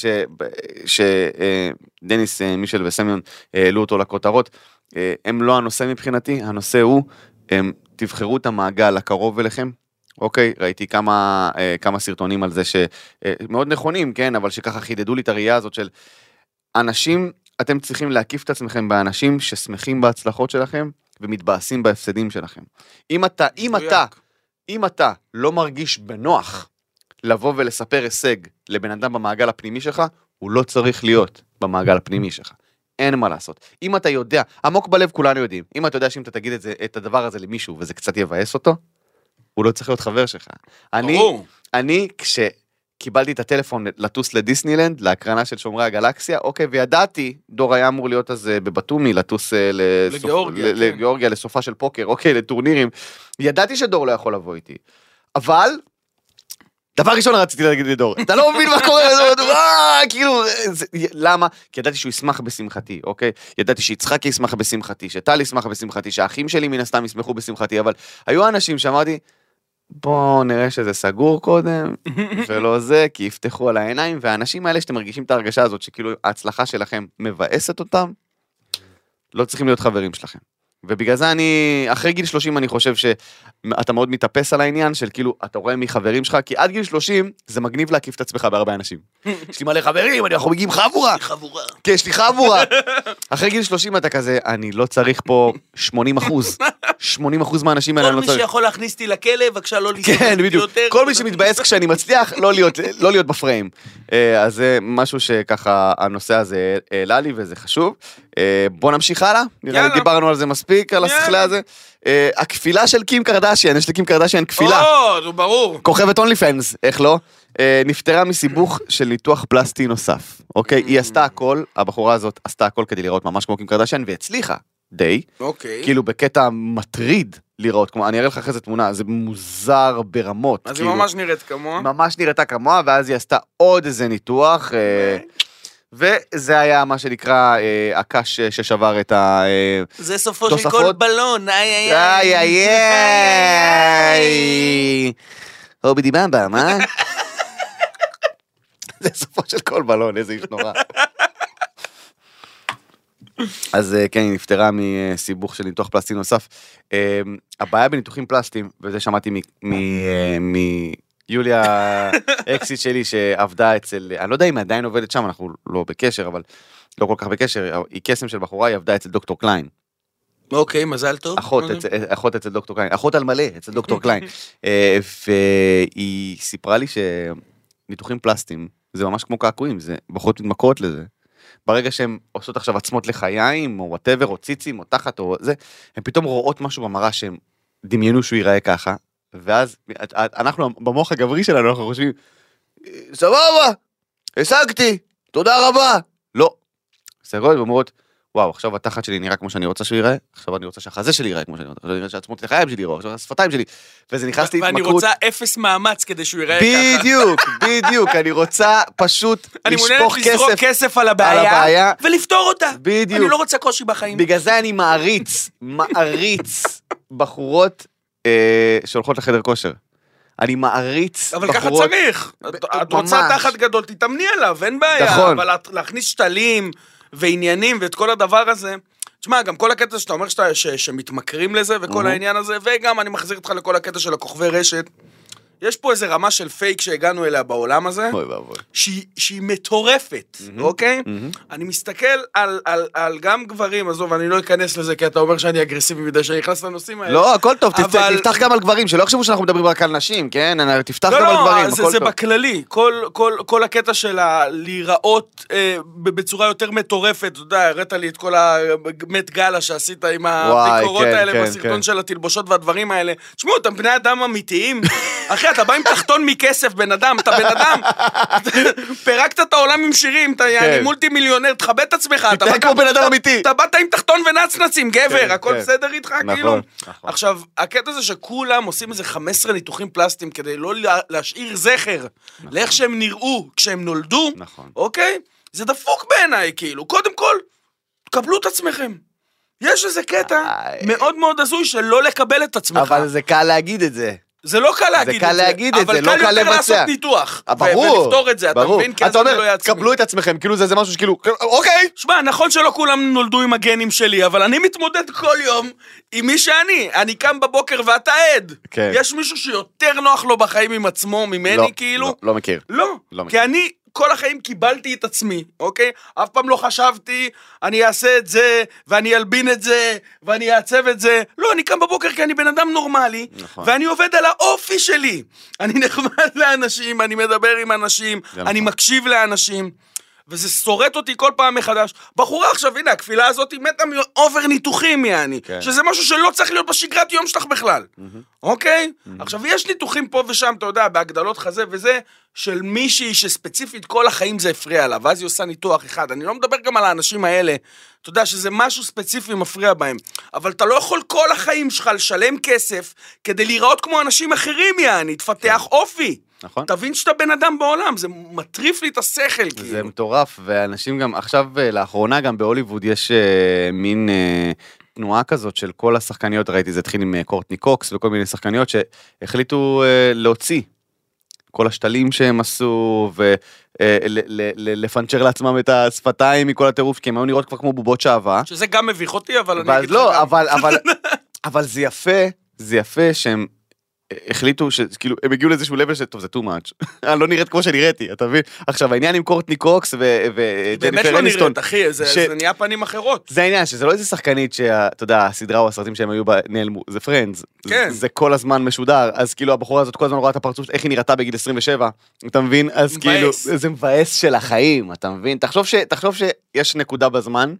שדניס, מישל וסמיון העלו אותו לכותרות, הם לא הנושא מבחינתי, הנושא הוא, תבחרו את המעגל הקרוב אליכם, אוקיי, ראיתי כמה סרטונים על זה שמאוד נכונים, כן, אבל שככה חידדו לי את הראייה הזאת של אנשים, אתם צריכים להקיף את עצמכם באנשים ששמחים בהצלחות שלכם ומתבאסים בהפסדים שלכם. אם אתה לא מרגיש בנוח לבוא ולספר הישג לבן אדם במעגל הפנימי שלך, הוא לא צריך להיות במעגל הפנימי שלך. אין מה לעשות. אם אתה יודע, עמוק בלב כולנו יודעים, אם אתה יודע שאם אתה תגיד את הדבר הזה למישהו וזה קצת יבאס אותו, הוא לא צריך להיות חבר שלך. אני כשקיבלתי את הטלפון לטוס לדיסנילנד, להקרנה של שומרי הגלקסיה, אוקיי, וידעתי, דור היה אמור להיות אז בבטומי, לטוס לגיאורגיה, לסופה של פוקר, אוקיי, לטורנירים, ידעתי שדור לא יכול לבוא איתי. אבל דבר ראשון רציתי להגיד לדור, אתה לא מבין מה קורה, כאילו, למה? כי ידעתי שהוא ישמח בשמחתי, אוקיי? ידעתי שיצחק ישמח בשמחתי, שטל ישמח בשמחתי, שהאחים שלי מן הסתם ישמחו בשמחתי, אבל היו אנשים שאמרתי, בוא נראה שזה סגור קודם, ולא זה, כי יפתחו על העיניים, והאנשים האלה שאתם מרגישים את ההרגשה הזאת, שכאילו ההצלחה שלכם מבאסת אותם, לא צריכים להיות חברים שלכם. ובגלל זה אחרי גיל 30 אני חושב שאתה מאוד מתאפס על העניין של כאילו, אתה רואה מי חברים שלך, כי עד גיל 30 זה מגניב להקיף את עצמך בהרבה אנשים. יש לי מלא חברים, אנחנו מגיעים חבורה. כן, יש לי חבורה. אחרי גיל 30 אתה כזה, אני לא צריך פה 80%. 80% מהאנשים האלה אני לא צריך. כל מי שיכול להכניס אותי לכלא, בבקשה לא לסתום. כן, בדיוק. כל מי שמתבאס כשאני מצליח, לא להיות בפריים. אז זה משהו שככה הנושא הזה העלה לי וזה חשוב. בוא נמשיך הלאה. דיברנו על זה מספיק, על השכלה הזה. הכפילה של קים קרדשיין, יש לקים קרדשיין כפילה. זה ברור. כוכבת אונלי פנס, איך לא? נפטרה מסיבוך של ניתוח פלסטי נוסף. אוקיי? היא עשתה הכל, הבחורה הזאת עשתה הכל כדי לראות ממש כמו קים קרדשיין, והצליחה די. אוקיי. כאילו בקטע מטריד לראות, כמו, אני אראה לך אחרי זה תמונה, זה מוזר ברמות. אז היא ממש נראית כמוה. ממש נראתה כמוה, ואז היא עשתה עוד איזה ניתוח, וזה היה מה שנקרא הקש ששבר את התוספות. זה סופו של כל בלון, איי. או בדיבמבה, מה? זה סופו של כל בלון, איזה איש נורא. אז כן, היא נפטרה מסיבוך של ניתוח פלסטי נוסף. הבעיה בניתוחים פלסטיים, וזה שמעתי מיוליה אקסית שלי שעבדה אצל, אני לא יודע אם עדיין עובדת שם, אנחנו לא בקשר, אבל לא כל כך בקשר, היא קסם של בחורה, היא עבדה אצל דוקטור קליין. אוקיי, מזל טוב. אחות אצל דוקטור קליין, אחות על מלא אצל דוקטור קליין. והיא סיפרה לי שניתוחים פלסטיים, זה ממש כמו קעקועים, זה בחורות מתמכרות לזה. ברגע שהן עושות עכשיו עצמות לחיים, או whatever, או ציצים, או תחת, או זה, הן פתאום רואות משהו במראה שהם דמיינו שהוא ייראה ככה, ואז אנחנו, במוח הגברי שלנו, אנחנו חושבים, סבבה, השגתי, תודה רבה. לא. סגרות ואומרות, וואו, עכשיו התחת שלי נראה כמו שאני רוצה שהוא ייראה, עכשיו אני רוצה שהחזה שלי ייראה כמו שאני רוצה, עכשיו אני רוצה שהעצמות לחיים שלי ייראה, עכשיו השפתיים שלי, וזה נכנס להתמכרות. ואני רוצה אפס מאמץ כדי שהוא ייראה ככה. בדיוק, אני רוצה פשוט לשפוך כסף. אני מעוניינת לזרוק כסף על הבעיה, ולפתור אותה. בדיוק. אני לא רוצה קושי בחיים. בגלל זה אני מעריץ בחורות שהולכות לחדר כושר. אני מעריץ אבל ככה צריך. את רוצה תחת גדול, תתאמני עליו, אין בעיה. אבל להכניס שתלים ועניינים ואת כל הדבר הזה. תשמע, גם כל הקטע שאתה אומר שמתמכרים לזה וכל העניין הזה, וגם אני מחזיר אותך לכל הקטע של הכוכבי רשת. יש פה איזה רמה של פייק שהגענו אליה בעולם הזה, שהיא מטורפת, אוקיי? אני מסתכל על גם גברים, עזוב, אני לא אכנס לזה, כי אתה אומר שאני אגרסיבי מדי שאני נכנס לנושאים האלה. לא, הכל טוב, תפתח גם על גברים, שלא חשבו שאנחנו מדברים רק על נשים, כן? תפתח גם על גברים, הכל טוב. זה בכללי, כל הקטע של להיראות בצורה יותר מטורפת, אתה יודע, הראת לי את כל המת גלה שעשית עם הביקורות האלה, בסרטון של התלבושות והדברים האלה. תשמעו, אתם בני אדם אמיתיים. אחי, אתה בא עם תחתון מכסף, בן אדם, אתה בן אדם, פרקת את העולם עם שירים, אתה מולטי מיליונר, תחבט את עצמך, אתה באת עם תחתון ונצנצים, גבר, הכל בסדר איתך, כאילו. עכשיו, הקטע זה שכולם עושים איזה 15 ניתוחים פלסטיים, כדי לא להשאיר זכר, לאיך שהם נראו כשהם נולדו, אוקיי? זה דפוק בעיניי, כאילו. קודם כל, קבלו את עצמכם. יש איזה קטע מאוד מאוד עזוי של לא לקבל את עצמך. אבל זה קל להגיד את זה. זה לא קל להגיד את זה. זה קל להגיד את זה, לא קל לבצע. אבל קל יותר לעשות ניתוח. ברור. ולפתור את זה, אתה מבין? כי אז אני לא יעצמי. קבלו את עצמכם, כאילו זה משהו שכאילו, אוקיי. שמע, נכון שלא כולם נולדו עם הגנים שלי, אבל אני מתמודד כל יום עם מי שאני. אני קם בבוקר ואתה עד. כן. יש מישהו שיותר נוח לו בחיים עם עצמו, ממני כאילו? לא מכיר. לא, כי אני כל החיים קיבלתי את עצמי, אוקיי? אף פעם לא חשבתי, אני אעשה את זה, ואני אלבין את זה, ואני אעצב את זה. לא, אני קם בבוקר כי אני בן אדם נורמלי, נכון. ואני עובד על האופי שלי. אני נחמד לאנשים, אני מדבר עם אנשים, אני מקשיב לאנשים, וזה שורט אותי כל פעם מחדש. בחורה עכשיו, הנה, הכפילה הזאת היא מתה מאובר ניתוחים, יעני, כן. שזה משהו שלא צריך להיות בשגרת יום שלך בכלל. אוקיי? עכשיו, יש ניתוחים פה ושם, אתה יודע, בהגדלות חזה וזה, של מישהי שספציפית כל החיים זה הפריע לה, ואז היא עושה ניתוח אחד. אני לא מדבר גם על האנשים האלה, אתה יודע שזה משהו ספציפי מפריע בהם, אבל אתה לא יכול כל החיים שלך לשלם כסף, כדי להיראות כמו אנשים אחרים, יעני, תפתח אופי. נכון. תבין שאתה בן אדם בעולם, זה מטריף לי את השכל. זה כאילו. מטורף, ואנשים גם, עכשיו, לאחרונה גם בהוליווד יש מין תנועה כזאת של כל השחקניות, ראיתי, זה התחיל עם קורטני קוקס וכל מיני שחקניות שהחליטו להוציא כל השתלים שהם עשו, ולפנצ'ר לעצמם את השפתיים מכל הטירוף, כי הם היו נראות כבר כמו בובות שעבה. שזה גם מביך אותי, אבל אני אגיד לא, אבל זה יפה שהם החליטו שכאילו, הם הגיעו לאיזשהו לבל טוב, זה too much. אני לא נראית כמו שנראיתי, אתה מבין? עכשיו, העניין עם קורטני קוקס וג'ניפר אניסטון. באמת לא נראית, אחי, זה נהיה פנים אחרות. זה העניין, שזה לא איזה שחקנית אתה יודע, הסדרה או הסרטים שהם היו נעלמו, זה פרנדס. כן. זה כל הזמן משודר, אז כאילו הבחורה הזאת כל הזמן רואה את הפרצוף, איך היא נראתה בגיל 27, אתה מבין? אז כאילו, זה מבאס של החיים, אתה מבין? תחשוב שיש נקודה בזמן,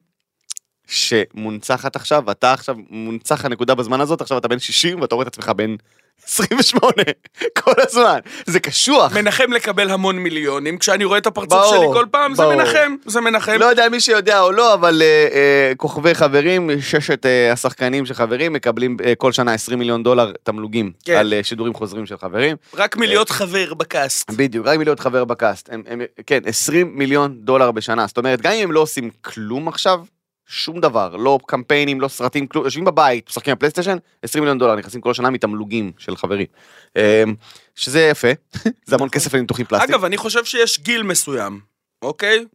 שמונצחת עכשיו, ואתה עכשיו מונצח הנקודה בזמן הזאת, עכשיו אתה בן 60, ואתה רואה את עצמך בן 28, כל הזמן, זה קשוח. מנחם לקבל המון מיליונים, כשאני רואה את הפרצוף שלי כל פעם, זה מנחם. לא יודע מי שיודע או לא, אבל כוכבי חברים, ששת השחקנים של חברים, מקבלים כל שנה $20 מיליון תמלוגים, על שידורים חוזרים של חברים. רק מלהיות חבר בקאסט. בדיוק, רק מלהיות חבר בקאסט. כן, $20 מיליון בשנה, זאת אומרת, גם אם הם לא עושים כלום עכשיו, שום דבר, לא קמפיינים, לא סרטים, כלום, יושבים בבית, משחקים על פלייסטיישן, $20 מיליון, נכנסים כל שנה מתמלוגים של חברים. שזה יפה, זה המון כסף לניתוחים פלסטיים. אגב, אני חושב שיש גיל מסוים, אוקיי?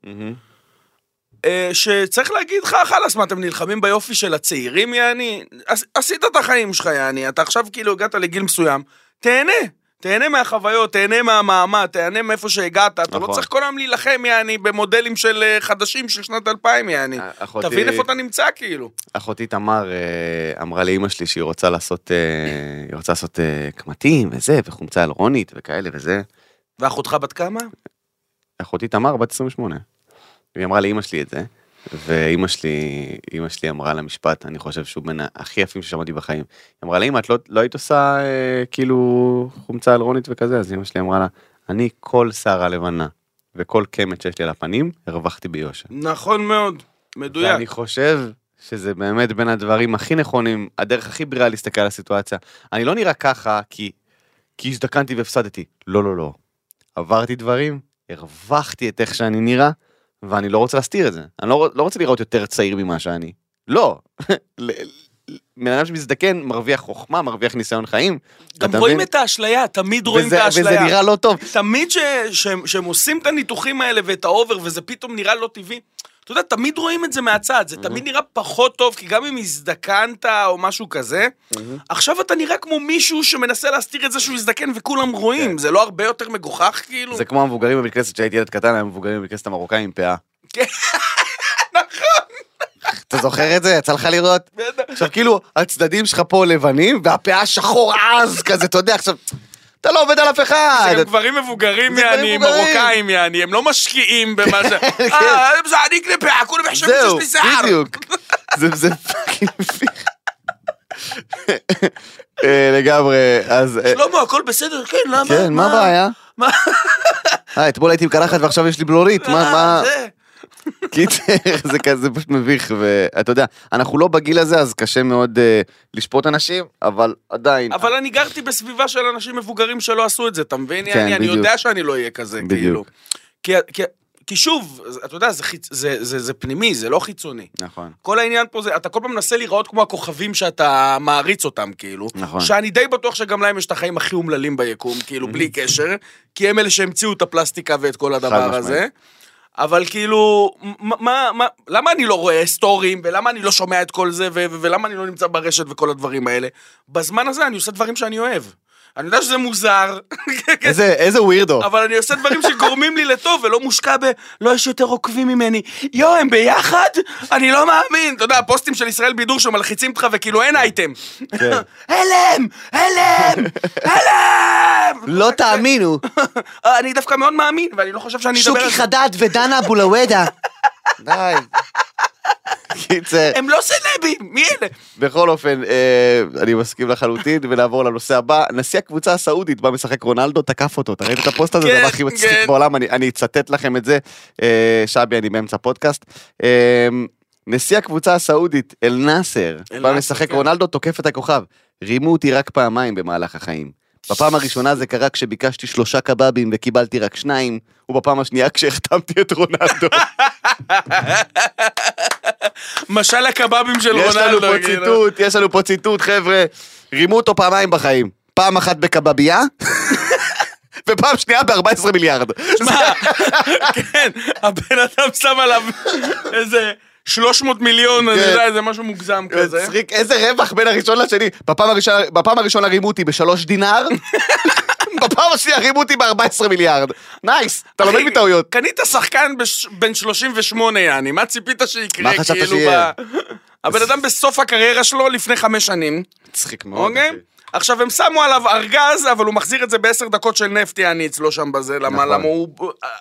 שצריך להגיד לך, חלס, מה, אתם נלחמים ביופי של הצעירים, יעני? עשית את החיים שלך, יעני, אתה עכשיו כאילו הגעת לגיל מסוים, תהנה מהחוויות, תהנה מהמעמד, תהנה מאיפה שהגעת, אתה לא צריך כל היום להילחם, יעני, במודלים של חדשים של שנת 2000, יעני. תבין איפה אתה נמצא, כאילו. אחותי תמר אמרה לאמא שלי שהיא רוצה לעשות קמטים וזה, וחומצה אלרונית וכאלה וזה. ואחותך בת כמה? אחותי תמר בת 28. היא אמרה לאמא שלי את זה, ואמא שלי אמרה למשפט, אני חושב שהוא בין הכי יפים ששמעתי בחיים. היא אמרה לאמא, את לא היית עושה כאילו חומצה אלרונית וכזה, אז אמא שלי אמרה לה, אני כל שערה לבנה וכל קמת שיש לי על הפנים, הרווחתי ביושר. נכון מאוד, מדויק. ואני חושב שזה באמת בין הדברים הכי נכונים, הדרך הכי בריאה להסתכל על הסיטואציה. אני לא נראה ככה כי הזדקנתי והפסדתי. לא. עברתי דברים, הרווחתי את איך שאני נראה, ואני לא רוצה להסתיר את זה. אני לא רוצה לראות יותר צעיר ממה שאני. לא. מנהל שמזדקן מרוויח חוכמה, מרוויח ניסיון חיים. גם רואים את האשליה, תמיד רואים את האשליה. וזה נראה לא טוב. תמיד שהם עושים את הניתוחים האלה ואת האובר, וזה פתאום נראה לא טבעי. אתה יודע, תמיד רואים את זה מהצד, זה תמיד נראה פחות טוב, כי גם אם הזדקנת או משהו כזה, עכשיו אתה נראה כמו מישהו שמנסה להסתיר את זה שהוא הזדקן וכולם רואים, זה לא הרבה יותר מגוחך כאילו? זה כמו המבוגרים בבית כנסת שהייתי ילד קטן, המבוגרים בבית כנסת המרוקאים עם פאה. נכון. אתה זוכר את זה? יצא לך לראות? עכשיו כאילו, הצדדים שלך פה לבנים, והפאה שחור עז כזה, אתה יודע, עכשיו... אתה לא עובד על אף אחד. זה גם גברים מבוגרים, יעני, מרוקאים, יעני, הם לא משקיעים במה ש... זה אני קליפה, כולם יחשבים שיש לי שיער. בדיוק. זה פאקינג מביך. לגמרי, אז... שלמה, הכל בסדר, כן, למה? כן, מה הבעיה? אתמול הייתי מקלחת ועכשיו יש לי בלורית, מה... קיצר, זה כזה פשוט מביך, ואתה יודע, אנחנו לא בגיל הזה, אז קשה מאוד לשפוט אנשים, אבל עדיין... אבל אני גרתי בסביבה של אנשים מבוגרים שלא עשו את זה, אתה מבין? אני יודע שאני לא אהיה כזה, כאילו. כי שוב, אתה יודע, זה פנימי, זה לא חיצוני. נכון. כל העניין פה זה, אתה כל פעם מנסה לראות כמו הכוכבים שאתה מעריץ אותם, כאילו. נכון. שאני די בטוח שגם להם יש את החיים הכי אומללים ביקום, כאילו, בלי קשר, כי הם אלה שהמציאו את הפלסטיקה ואת כל הדבר הזה. אבל כאילו, למה אני לא רואה סטורים, ולמה אני לא שומע את כל זה, ולמה אני לא נמצא ברשת וכל הדברים האלה? בזמן הזה אני עושה דברים שאני אוהב. אני יודע שזה מוזר. איזה ווירדו. אבל אני עושה דברים שגורמים לי לטוב, ולא מושקע לא יש יותר עוקבים ממני. הם ביחד? אני לא מאמין. אתה יודע, הפוסטים של ישראל בידור שמלחיצים אותך, וכאילו אין אייטם. הלם! לא תאמינו. אני דווקא מאוד מאמין, ואני לא חושב שאני אדבר על זה. שוקי חדד ודנה בולוודה. די. קיצר. הם לא סלבים, מי אלה? בכל אופן, אני מסכים לחלוטין, ונעבור לנושא הבא. נשיא הקבוצה הסעודית, בה משחק רונלדו, תקף אותו. אתה ראית את הפוסט הזה? זה הדבר הכי מצחיק בעולם, אני אצטט לכם את זה. שבי, אני באמצע פודקאסט. נשיא הקבוצה הסעודית, אל נאסר, בה משחק רונלדו, תוקף את הכוכב. רימו אותי רק פעמיים במהלך החיים. בפעם הראשונה זה קרה כשביקשתי 3 קבבים וקיבלתי רק 2, ובפעם השנייה כשהחתמתי את רונלדו. משל הקבבים של רונלדו. יש לנו פה ציטוט, חבר'ה. רימו אותו פעמיים בחיים. פעם אחת בקבבייה, ופעם שנייה ב-14 מיליארד. מה? כן, הבן אדם שם עליו איזה 300 מיליון, אני יודע, זה משהו מוגזם כזה. איזה רווח בין הראשון לשני. בפעם הראשונה רימו אותי ב3 דינר, בפעם השנייה רימו אותי ב-14 מיליארד. נייס, אתה לומד מטעויות. קנית שחקן בן 38, יעני, מה ציפית שיקרה? מה חשבת שיהיה? הבן אדם בסוף הקריירה שלו לפני 5 שנים. צחיק מאוד. עכשיו הם שמו עליו ארגז, אבל הוא מחזיר את זה ב10 דקות של נפט, יעני אצלו שם בזה, למה הוא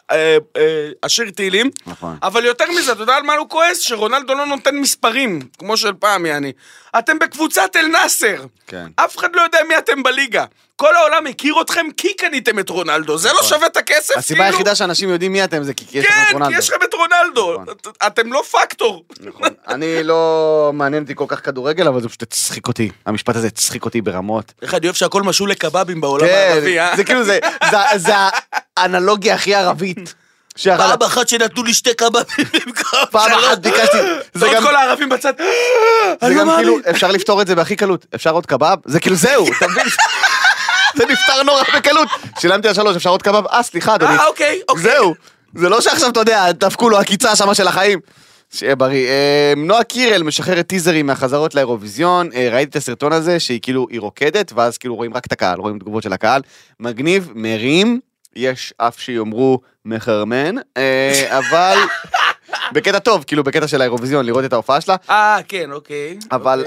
עשיר טילים. אבל יותר מזה, אתה יודע על מה הוא כועס? שרונלדו לא נותן מספרים, כמו של פעם, יעני. אתם בקבוצת אל נאסר. אף אחד לא יודע מי אתם בליגה. כל העולם הכיר אתכם כי קניתם את רונלדו, זה לא שווה את הכסף, כאילו. הסיבה היחידה שאנשים יודעים מי אתם זה כי יש לכם את רונלדו. כן, כי יש לכם את רונלדו, אתם לא פקטור. אני לא מעניין אותי כל כך כדורגל, אבל זה פשוט צחיק אותי, המשפט הזה צחיק אותי ברמות. אחד אוהב שהכל משהו לקבבים בעולם הערבי, זה כאילו, זה האנלוגיה הכי ערבית. פעם אחת שנתנו לי 2 קבבים במקום. פעם אחת ביקשתי. זה עוד כל הערבים בצד. זה גם כאילו, אפשר לפתור את זה בהכי קלות. אפשר עוד קבב? זה כאילו זהו, אתה מבין? זה נפתר נורא בקלות. שילמתי על 3, אפשר עוד קבב? סליחה, אדוני. אוקיי. זהו. זה לא שעכשיו, אתה יודע, דפקו לו הקיצה שמה של החיים. שיהיה בריא. נועה קירל משחררת טיזרים מהחזרות לאירוויזיון. ראיתי את הסרטון הזה, שהיא כאילו, היא רוקדת, ואז כאילו רואים רק את הקהל, רואים תגובות של הקהל. מגניב, מרים. יש אף שיאמרו מחרמן, אבל בקטע טוב, כאילו בקטע של האירוויזיון, לראות את ההופעה שלה. כן, אוקיי. אבל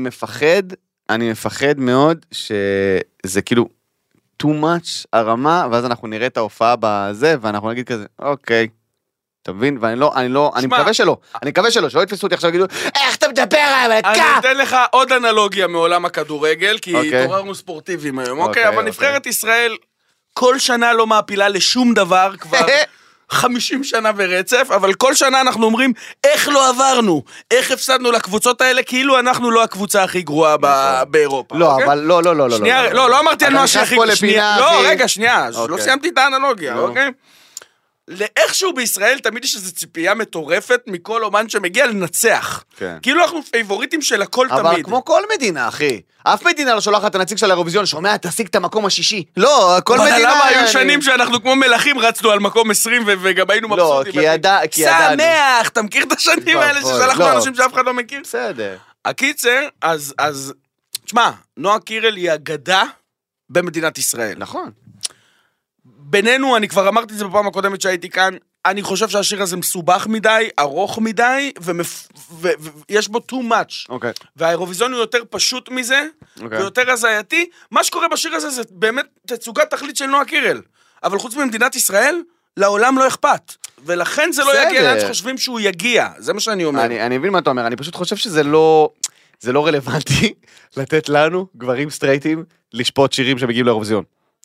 אני מפחד מאוד שזה כאילו too much הרמה, ואז אנחנו נראה את ההופעה בזה, ואנחנו נגיד כזה, אוקיי. אתה מבין? אני מקווה שלא. שלא יתפסו אותי עכשיו ויגידו, איך אתה מדבר עליו? אני אתן לך עוד אנלוגיה מעולם הכדורגל, כי התעוררנו ספורטיביים היום, אוקיי? אבל נבחרת ישראל כל שנה לא מעפילה לשום דבר, כבר 50 שנה ברצף, אבל כל שנה אנחנו אומרים, איך לא עברנו? איך הפסדנו לקבוצות האלה? כאילו אנחנו לא הקבוצה הכי גרועה באירופה. לא, אבל לא. שנייה, לא אמרתי על מה שהכי... לא, רגע, שנייה, לא סיימתי את האנלוגיה, אוקיי? לאיכשהו בישראל תמיד יש איזו ציפייה מטורפת מכל אומן שמגיע לנצח. כאילו אנחנו פייבוריטים של הכל תמיד. אבל כמו כל מדינה, אחי. אף מדינה לא שולחת את הנציג של האירוויזיון, שומע, תשיג את המקום השישי. לא, כל מדינה... אבל למה היו שנים שאנחנו כמו מלכים רצנו על מקום 20 וגם היינו מבסוטים? לא, כי ידענו. שמח, אתה מכיר את השנים האלה ששלחנו אנשים שאף אחד לא מכיר? בסדר. הקיצר, אז... תשמע, נועה קירל היא אגדה במדינת ישראל. נכון. בינינו, אני כבר אמרתי את זה בפעם הקודמת שהייתי כאן, אני חושב שהשיר הזה מסובך מדי, ארוך מדי, ויש בו too much. והאירוויזיון הוא יותר פשוט מזה, ויותר הזייתי. מה שקורה בשיר הזה זה באמת תצוגת תכלית של נועה קירל. אבל חוץ ממדינת ישראל, לעולם לא אכפת. ולכן זה לא יגיע לאן שחושבים שהוא יגיע. זה מה שאני אומר. אני מבין מה אתה אומר, אני פשוט חושב שזה לא רלוונטי לתת לנו, גברים סטרייטים, לשפוט שירים שמגיעים לאירוויזיון.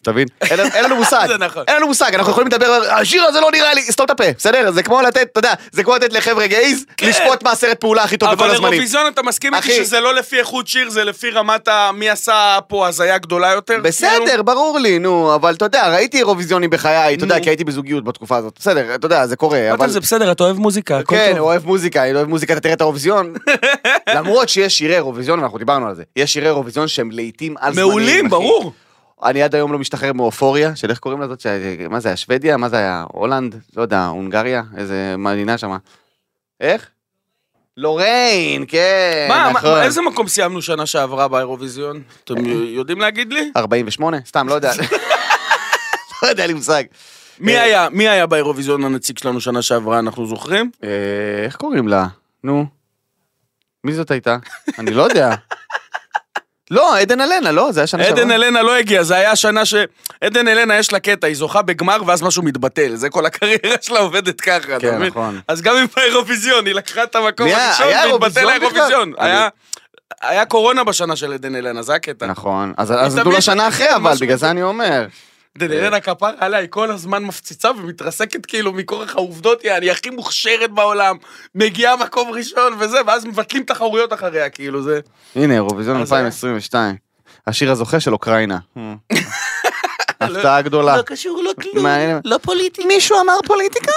תבין? אין לנו מושג. זה נכון. אין לנו מושג, אנחנו יכולים לדבר, השיר הזה לא נראה לי, סתום את הפה, בסדר? זה כמו לתת, אתה יודע, זה כמו לתת לחבר'ה גייז, לשפוט מה הסרט פעולה הכי טוב בכל הזמנים. אבל אירוויזיון, אתה מסכים איתי שזה לא לפי איכות שיר, זה לפי רמת מי עשה פה הזיה גדולה יותר? בסדר, ברור לי, נו, אבל אתה יודע, ראיתי אירוויזיונים בחיי, אתה יודע, כי הייתי בזוגיות בתקופה הזאת, בסדר, אתה יודע, זה קורה, אבל... זה בסדר, אתה אוהב מוזיקה, הכל כן, טוב. אוהב מוזיקה, אני אוהב מוזיקה, אתה תראה את האירוויזיון. למרות שיש שירי אירוויזיון, ואנחנו דיברנו על זה, יש שירי אירוויזיון שהם לעיתים על זמנים. מעולים, ברור. אני עד היום לא משתחרר מאופוריה, של איך קוראים לזאת, מה זה היה, שוודיה? מה זה היה, הולנד? לא יודע, הונגריה? איזה מדינה שמה. איך? לוריין, כן, נכון. איזה מקום סיימנו שנה שעברה באירוויזיון? אתם יודעים להגיד לי? 48? סתם, לא יודע. לא יודע לי מושג. מי היה באירוויזיון הנציג שלנו שנה שעברה, אנחנו זוכרים? איך קוראים לה? נו. מי זאת הייתה? אני לא יודע. לא, עדן אלנה, לא, זה היה שנה שעברה. עדן אלנה לא הגיע, זה היה שנה עדן אלנה יש לה קטע, היא זוכה בגמר ואז משהו מתבטל, זה כל הקריירה שלה עובדת ככה. כן, נכון. אז גם עם האירוויזיון, היא לקחה את המקום הראשון והתבטל האירוויזיון. היה קורונה בשנה של עדן אלנה, זה הקטע. נכון, אז נתנו לה שנה אחרי, אבל בגלל זה אני אומר. עדן אלנה כפר עליה, היא כל הזמן מפציצה ומתרסקת כאילו מכורח העובדות, אני הכי מוכשרת בעולם, מגיעה מקום ראשון וזה, ואז מבטלים תחרויות אחריה, כאילו זה. הנה, אירוויזיון 2022. השיר הזוכה של אוקראינה. הפתעה גדולה. לא קשור, לא כלום, לא פוליטיקה. מישהו אמר פוליטיקה?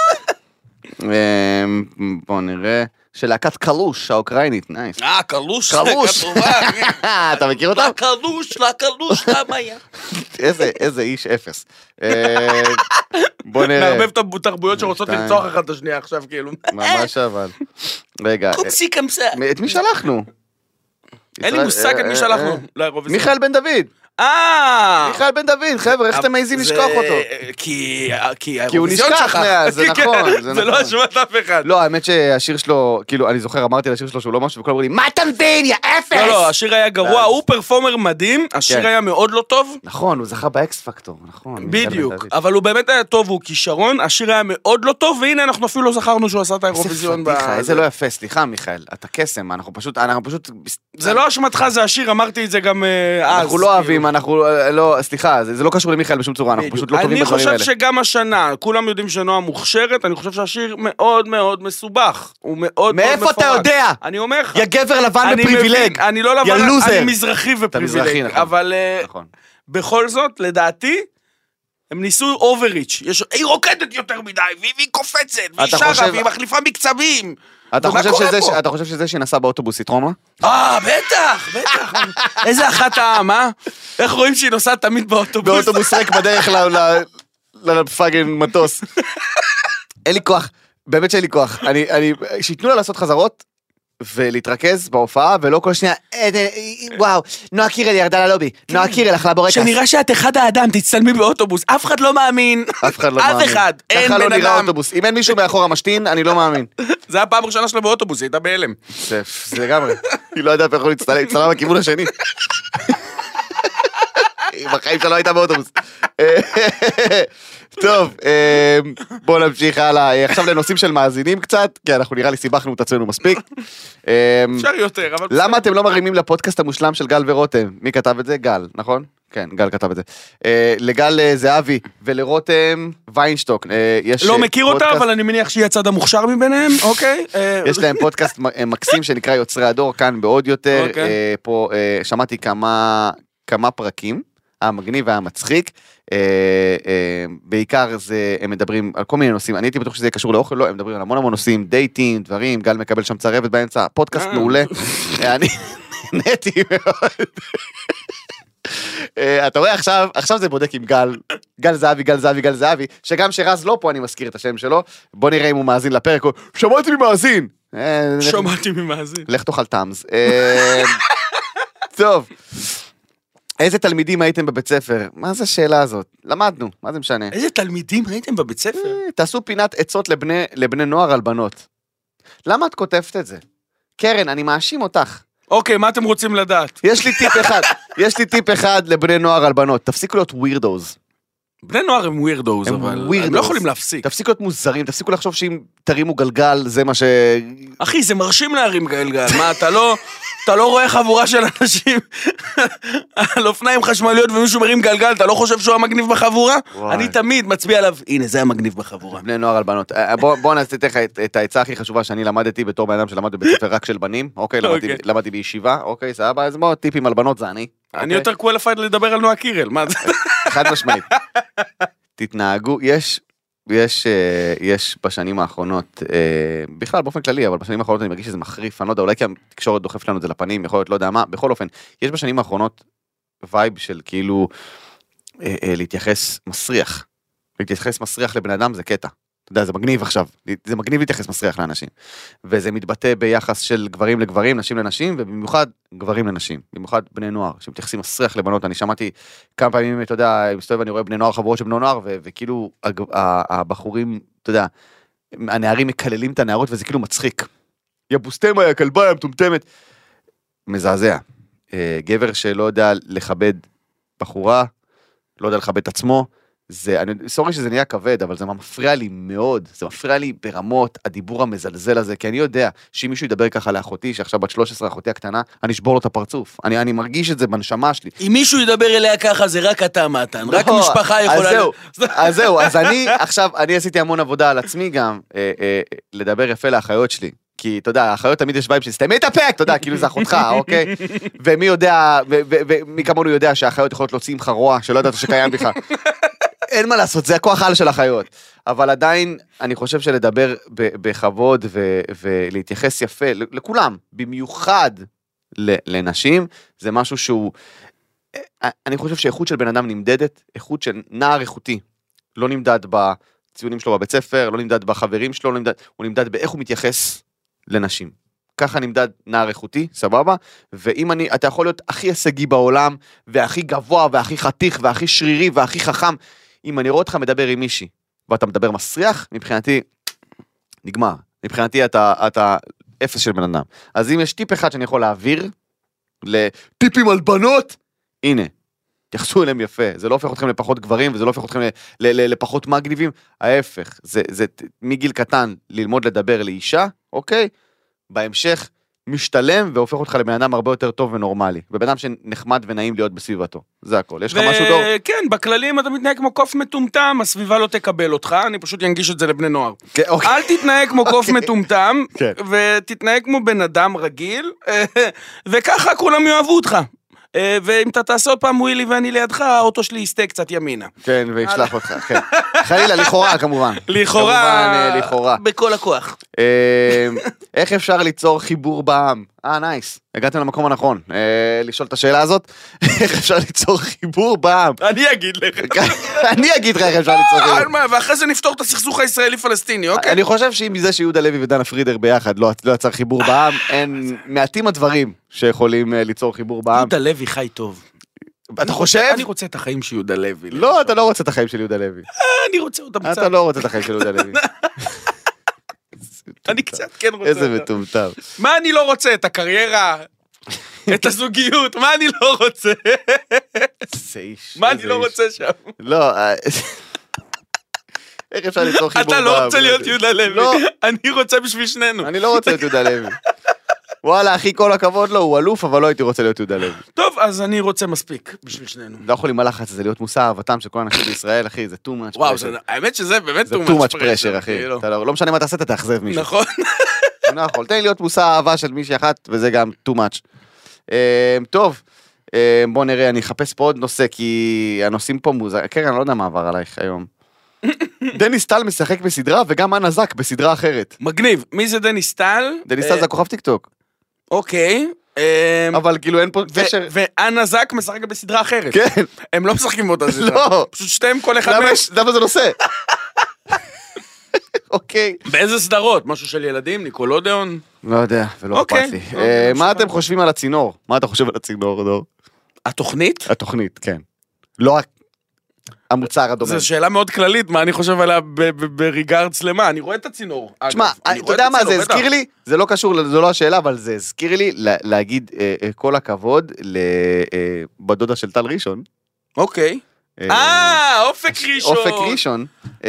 בוא נראה. של להקת קלוש האוקראינית, נייס. קלוש. קלוש. אתה מכיר אותה? לקלוש, למה היה? איזה איש אפס. בוא נראה. מערבב את התרבויות שרוצות לרצוח אחת את השנייה עכשיו, כאילו. ממש אבל. רגע. קוצי קמסה. את מי שלחנו? אין לי מושג את מי שלחנו לאירוויזיון. מיכאל בן דוד. מיכאל בן דוד, חבר'ה, איך אתם מעיזים לשכוח אותו? כי הוא נשכח מאז, זה נכון. זה לא אשמת אף אחד. לא, האמת שהשיר שלו, כאילו, אני זוכר, אמרתי לשיר שלו שהוא לא משהו, וכולם אמרו לי, מה אתה מבין, יא אפס? לא, השיר היה גרוע, הוא פרפומר מדהים, השיר היה מאוד לא טוב. נכון, הוא זכה באקס פקטור, נכון. בדיוק, אבל הוא באמת היה טוב, הוא כישרון, השיר היה מאוד לא טוב, והנה אנחנו אפילו לא זכרנו שהוא עשה את האירוויזיון. איזה לא יפה, סליחה מיכאל, אתה קסם, אנחנו פשוט... זה לא אשמתך, זה השיר, אמרתי את זה גם אז. אנחנו לא אוהבים, אנחנו לא, סליחה, זה לא קשור למיכאל בשום צורה, אנחנו פשוט לא טובים בדברים האלה. אני חושב שגם השנה, כולם יודעים שנועה מוכשרת, אני חושב שהשיר מאוד מאוד מסובך, הוא מאוד מאוד מפורט. מאיפה אתה יודע? אני אומר לך. יא גבר לבן בפריבילג. אני לא לבן, אני מזרחי ופריבילג. אבל בכל זאת, לדעתי, הם ניסו אובריץ', היא רוקדת יותר מדי, והיא קופצת, והיא שרה, והיא מחליפה מקצבים. אתה חושב שזה שנסע באוטובוס יתרום לה? בטח. איזה אחת העם, איך רואים שהיא נוסעת תמיד באוטובוס? באוטובוס ריק בדרך לפאגן מטוס. אין לי כוח, באמת שאין לי כוח. שיתנו לה לעשות חזרות, ולהתרכז בהופעה, ולא כל שנייה, וואו, נועה קירל ירדה ללובי, נועה קירל אכלה בורקס. שנראה שאת אחד האדם, תצטלמי באוטובוס, אף אחד לא מאמין. אף אחד לא מאמין. אף אחד, אין ככה לא בן נראה אדם. אוטובוס. אם אין מישהו מאחור המשתין, אני לא מאמין. זה היה פעם ראשונה שלה באוטובוס, היא הייתה בהלם. זה לגמרי. היא לא יודעת איך הוא להצטלם בכיוון השני. בחיים שלה לא הייתה באוטובוס. טוב, בואו נמשיך הלאה. עכשיו לנושאים של מאזינים קצת, כי אנחנו נראה לי סיבכנו את עצמנו מספיק. אפשר יותר, אבל... למה אתם לא מרימים לפודקאסט המושלם של גל ורותם? מי כתב את זה? גל, נכון? כן, גל כתב את זה. לגל זהבי ולרותם ויינשטוק. לא מכיר אותה, אבל אני מניח שהיא הצד המוכשר מביניהם, אוקיי? יש להם פודקאסט מקסים שנקרא יוצרי הדור, כאן בעוד יותר. פה שמעתי כמה פרקים. המגניב והמצחיק, בעיקר הם מדברים על כל מיני נושאים, אני הייתי בטוח שזה יהיה קשור לאוכל, לא, הם מדברים על המון נושאים, דייטים, דברים, גל מקבל שם צרבת באמצע, פודקאסט מעולה, אני נהניתי מאוד. אתה רואה עכשיו זה בודק עם גל זהבי, שגם שרז לא פה אני מזכיר את השם שלו, בוא נראה אם הוא מאזין לפרק, שמעתי ממאזין. לך תאכל טאמס. טוב. איזה תלמידים הייתם בבית ספר? מה זה השאלה הזאת? למדנו, מה זה משנה? איזה תלמידים הייתם בבית ספר? תעשו פינת עצות לבני נוער על בנות. למה את כותבת את זה? קרן, אני מאשים אותך. אוקיי, מה אתם רוצים לדעת? יש לי טיפ אחד לבני נוער על בנות. תפסיקו להיות ווירדוז. בני נוער הם ווירדוז, אבל הם לא יכולים להפסיק. תפסיקו להיות מוזרים, תפסיקו לחשוב שאם תרימו גלגל, זה מה ש... אחי, זה מרשים להרים גלגל, מה, אתה לא רואה חבורה של אנשים על אופניים חשמליות ומישהו מרים גלגל, אתה לא חושב שהוא המגניב בחבורה? אני תמיד מצביע עליו, הנה, זה המגניב בחבורה. בני נוער על בנות. בוא נעשה את העצה הכי חשובה שאני למדתי בתור בן אדם שלמד בבית ספר רק של בנים, אוקיי, למדתי בישיבה, אוקיי, סבבה, אז בוא, טיפים על בנות זה אני. אני יותר קואליפייד לדבר על נועה קירל, מה זה? חד משמעית. תתנהגו, יש בשנים האחרונות, בכלל באופן כללי, אבל בשנים האחרונות אני מרגיש שזה מחריף, אני לא יודע, אולי כי התקשורת דוחף לנו את זה לפנים, יכול להיות, לא יודע מה, בכל אופן, יש בשנים האחרונות וייב של כאילו להתייחס מסריח לבן אדם, זה קטע. אתה יודע, זה מגניב עכשיו, זה מגניב להתייחס מסריח לאנשים, וזה מתבטא ביחס של גברים לגברים, נשים לנשים, ובמיוחד גברים לנשים, במיוחד בני נוער, שמתייחסים מסריח לבנות. אני שמעתי כמה פעמים, אתה יודע, מסתובב אני רואה בני נוער, חברות של בני נוער, וכאילו הבחורים, אתה יודע, הנערים מקללים את הנערות, וזה כאילו מצחיק. יא בוסטמה, יא כלבה, יא מטומטמת. מזעזע. גבר שלא יודע לכבד בחורה, לא יודע לכבד את עצמו, סורי שזה נהיה כבד, אבל זה מפריע לי מאוד, זה מפריע לי ברמות הדיבור המזלזל הזה, כי אני יודע שאם מישהו ידבר ככה לאחותי, שעכשיו בת 13, אחותי הקטנה, אני אשבור לו את הפרצוף, אני מרגיש את זה בנשמה שלי. אם מישהו ידבר אליה ככה, זה רק אתה מתן, רק משפחה יכולה... אז זהו, אז אני עשיתי המון עבודה על עצמי גם, לדבר יפה לאחיות שלי. כי, אתה יודע, האחיות תמיד יש וייב שסתמי את הפק, אתה יודע, כאילו זה אחותך, אוקיי? ומי יודע, ומי כמונו יודע שהאחיות יכולות להוציא עם חרוע, שלא יודעת שקיים בכלל. אין מה לעשות, זה הכוח העל של החיות. אבל עדיין, אני חושב שלדבר בכבוד ולהתייחס יפה, לכולם, במיוחד לנשים, זה משהו שהוא, אני חושב שאיכות של בן אדם נמדדת, איכות של נער איכותי, לא נמדד בציונים שלו בבית ספר, לא נמדד בחברים שלו, הוא נמדד באיך הוא מתייחס לנשים. ככה נמדד נער איכותי, סבבה? ואם אתה יכול להיות הכי הישגי בעולם, והכי גבוה, והכי חתיך, והכי שרירי, והכי חכם, אם אני רואה אותך מדבר עם מישהי, ואתה מדבר מסריח, מבחינתי, נגמר. מבחינתי אתה אפס של בן אדם. אז אם יש טיפ אחד שאני יכול להעביר, לטיפים על בנות, הנה, תייחסו אליהם יפה. זה לא הופך אתכם לפחות גברים, וזה לא הופך אתכם לפחות מגניבים. ההפך, זה מגיל קטן ללמוד לדבר לאישה, אוקיי? בהמשך משתלם והופך אותך לבן אדם הרבה יותר טוב ונורמלי. ובן אדם שנחמד ונעים להיות בסביבתו. זה הכל. יש לך משהו דור? כן, בכללים אתה מתנהג כמו קוף מטומטם, הסביבה לא תקבל אותך, אני פשוט ינגיש את זה לבני נוער. אל תתנהג כמו קוף מטומטם, ותתנהג כמו בן אדם רגיל, וככה כולם יאהבו אותך. ואם אתה תעשה עוד פעם ווילי ואני לידך, האוטו שלי יסתה קצת ימינה. כן, וישלח אותך, כן. חלילה, לכאורה כמובן. לכאורה, בכל הכוח. איך אפשר ליצור חיבור בעם? נייס. הגעתם למקום הנכון. לשאול את השאלה הזאת, איך אפשר ליצור חיבור בעם? אני אגיד לך. אני אגיד לך איך אפשר ליצור חיבור. ואחרי זה נפתור את הסכסוך הישראלי-פלסטיני, אוקיי? אני חושב שאם מזה שיהודה לוי ודנה פרידר ביחד לא יצר חיבור בעם, אין מעטים הדברים שיכולים ליצור חיבור בעם. יהודה לוי חי טוב. אתה חושב? אני רוצה את החיים של יהודה לוי. לא, אתה לא רוצה את החיים של יהודה לוי. אני רוצה אותם קצת. אתה לא רוצה את החיים של יהודה לוי. אני קצת כן רוצה. איזה מטומטם. מה אני לא רוצה? את הקריירה, את הזוגיות, מה אני לא רוצה? מה אני לא רוצה שם? לא, איך אפשר ליצור חיבור בעם? אתה לא רוצה להיות יהודה לוי. אני רוצה בשביל שנינו. אני לא רוצה להיות יהודה לוי. וואלה, אחי, כל הכבוד לו, הוא אלוף, אבל לא הייתי רוצה להיות יהודה לוי. טוב, אז אני רוצה מספיק בשביל שנינו. לא יכולים מה לחץ, זה להיות מושא אהבתם של כל האנשים בישראל, אחי, זה too much pressure. וואו, האמת שזה באמת too much pressure, אחי. לא משנה מה תעשה, אתה תאכזב מישהו. נכון. לא יכול, תן לי להיות מושא אהבה של מישהי אחת, וזה גם too much. טוב, בוא נראה, אני אחפש פה עוד נושא, כי הנושאים פה מוזר. קרן, אני לא יודע מה עבר עלייך היום. דניס טל משחק בסדרה, וגם אנה זק בסדרה אחרת. מגניב. מי זה דניס טל? דניס טל זה הכוכב טיק טוק. אוקיי. אבל כאילו אין פה קשר. ואנה זק משחק בסדרה אחרת. כן. הם לא משחקים באותה סדרה. לא. פשוט שתיהם כל אחד מהם. למה זה נושא? אוקיי. באיזה סדרות? משהו של ילדים? ניקולודיאון? לא יודע, ולא אכפת לי. מה אתם חושבים על הצינור? מה אתה חושב על הצינור, דור? התוכנית? התוכנית, כן. לא רק המוצר הדומה. זו שאלה מאוד כללית, מה אני חושב עליה בריגארדס למה? אני רואה את הצינור. תשמע, אתה יודע מה, זה הזכיר לי, זה לא קשור, זו לא השאלה, אבל זה הזכיר לי להגיד כל הכבוד בדודה של טל ראשון. אוקיי. אופק ראשון. אופק ראשון.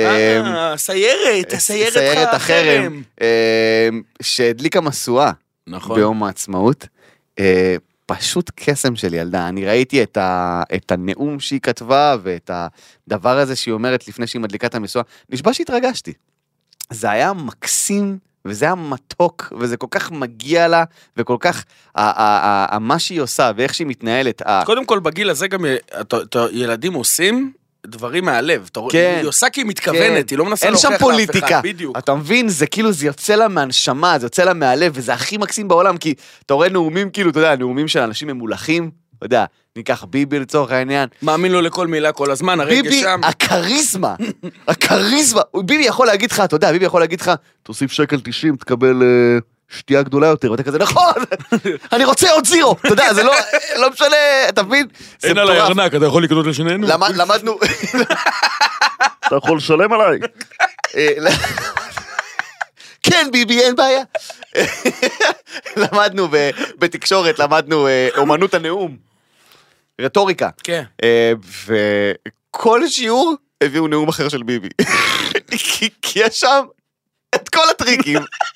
סיירת החרם. שהדליקה משואה. נכון. ביום העצמאות. פשוט קסם של ילדה. אני ראיתי את הנאום שהיא כתבה, ואת הדבר הזה שהיא אומרת לפני שהיא מדליקה את המשואה. נשבע שהתרגשתי. זה היה מקסים, וזה היה מתוק, וזה כל כך מגיע לה, וכל כך, מה שהיא עושה, ואיך שהיא מתנהלת. קודם כל, בגיל הזה גם ילדים עושים דברים מהלב. היא עושה כי היא מתכוונת, היא לא מנסה להוכיח לאף אחד. אין שם פוליטיקה. אתה מבין, זה כאילו, זה יוצא לה מהנשמה, זה יוצא לה מהלב, וזה הכי מקסים בעולם, כי אתה רואה נאומים, כאילו, אתה יודע, נאומים של אנשים ממולכים, אתה יודע, ניקח ביבי לצורך העניין. מאמין לו לכל מילה כל הזמן, הרגע שם. ביבי, הקריזמה. ביבי יכול להגיד לך, אתה יודע, ביבי יכול להגיד לך, תוסיף שקל 90, תקבל שתייה גדולה יותר, ואתה כזה, נכון, אני רוצה עוד זירו. אתה יודע, זה לא משנה, אתה מבין? אין על הירנק, אתה יכול לקנות לשנינו? למדנו... אתה יכול לשלם עליי? כן, ביבי, אין בעיה. למדנו בתקשורת, למדנו אומנות הנאום. רטוריקה. כן. וכל שיעור הביאו נאום אחר של ביבי. כי יש שם את כל הטריקים.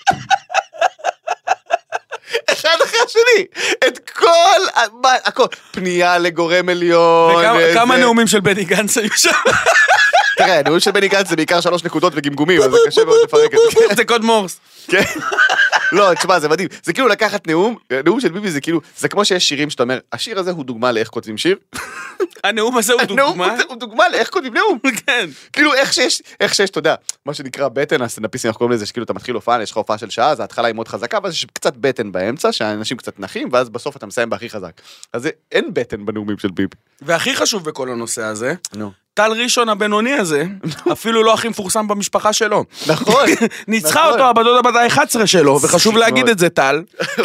אחד אחרי השני. את כל... פנייה לגורם עליון. וכמה נאומים של בני גנץ היו שם? תראה, נאום של בני גנץ זה בעיקר 3 נקודות וגמגומים, אז זה קשה מאוד לפרק את זה. זה קוד מורס. כן. לא, תשמע, זה מדהים. זה כאילו לקחת נאום של ביבי זה כאילו, זה כמו שיש שירים שאתה אומר, השיר הזה הוא דוגמה לאיך כותבים שיר. הנאום הזה הוא דוגמה? הנאום הוא דוגמה לאיך כותבים נאום. כן. כאילו איך שיש, אתה יודע, מה שנקרא בטן, הסטנדאפיסטים אנחנו קוראים לזה, שכאילו אתה מתחיל הופעה, יש לך הופעה של שעה, אז ההתחלה היא מאוד חזקה, ואז יש קצת בטן באמצע, שהאנשים קצת נחים, ואז בסוף אתה מסיים בהכי חזק. אז אין בטן בנאומים של ביבי. והכי חשוב בכל הנושא הזה, טל ראשון הבינוני הזה, אפילו לא הכי מפורסם במשפחה שלו. נכון. ניצחה אותו הבדודה בת ה-11 שלו, וחשוב להגיד את זה, טל.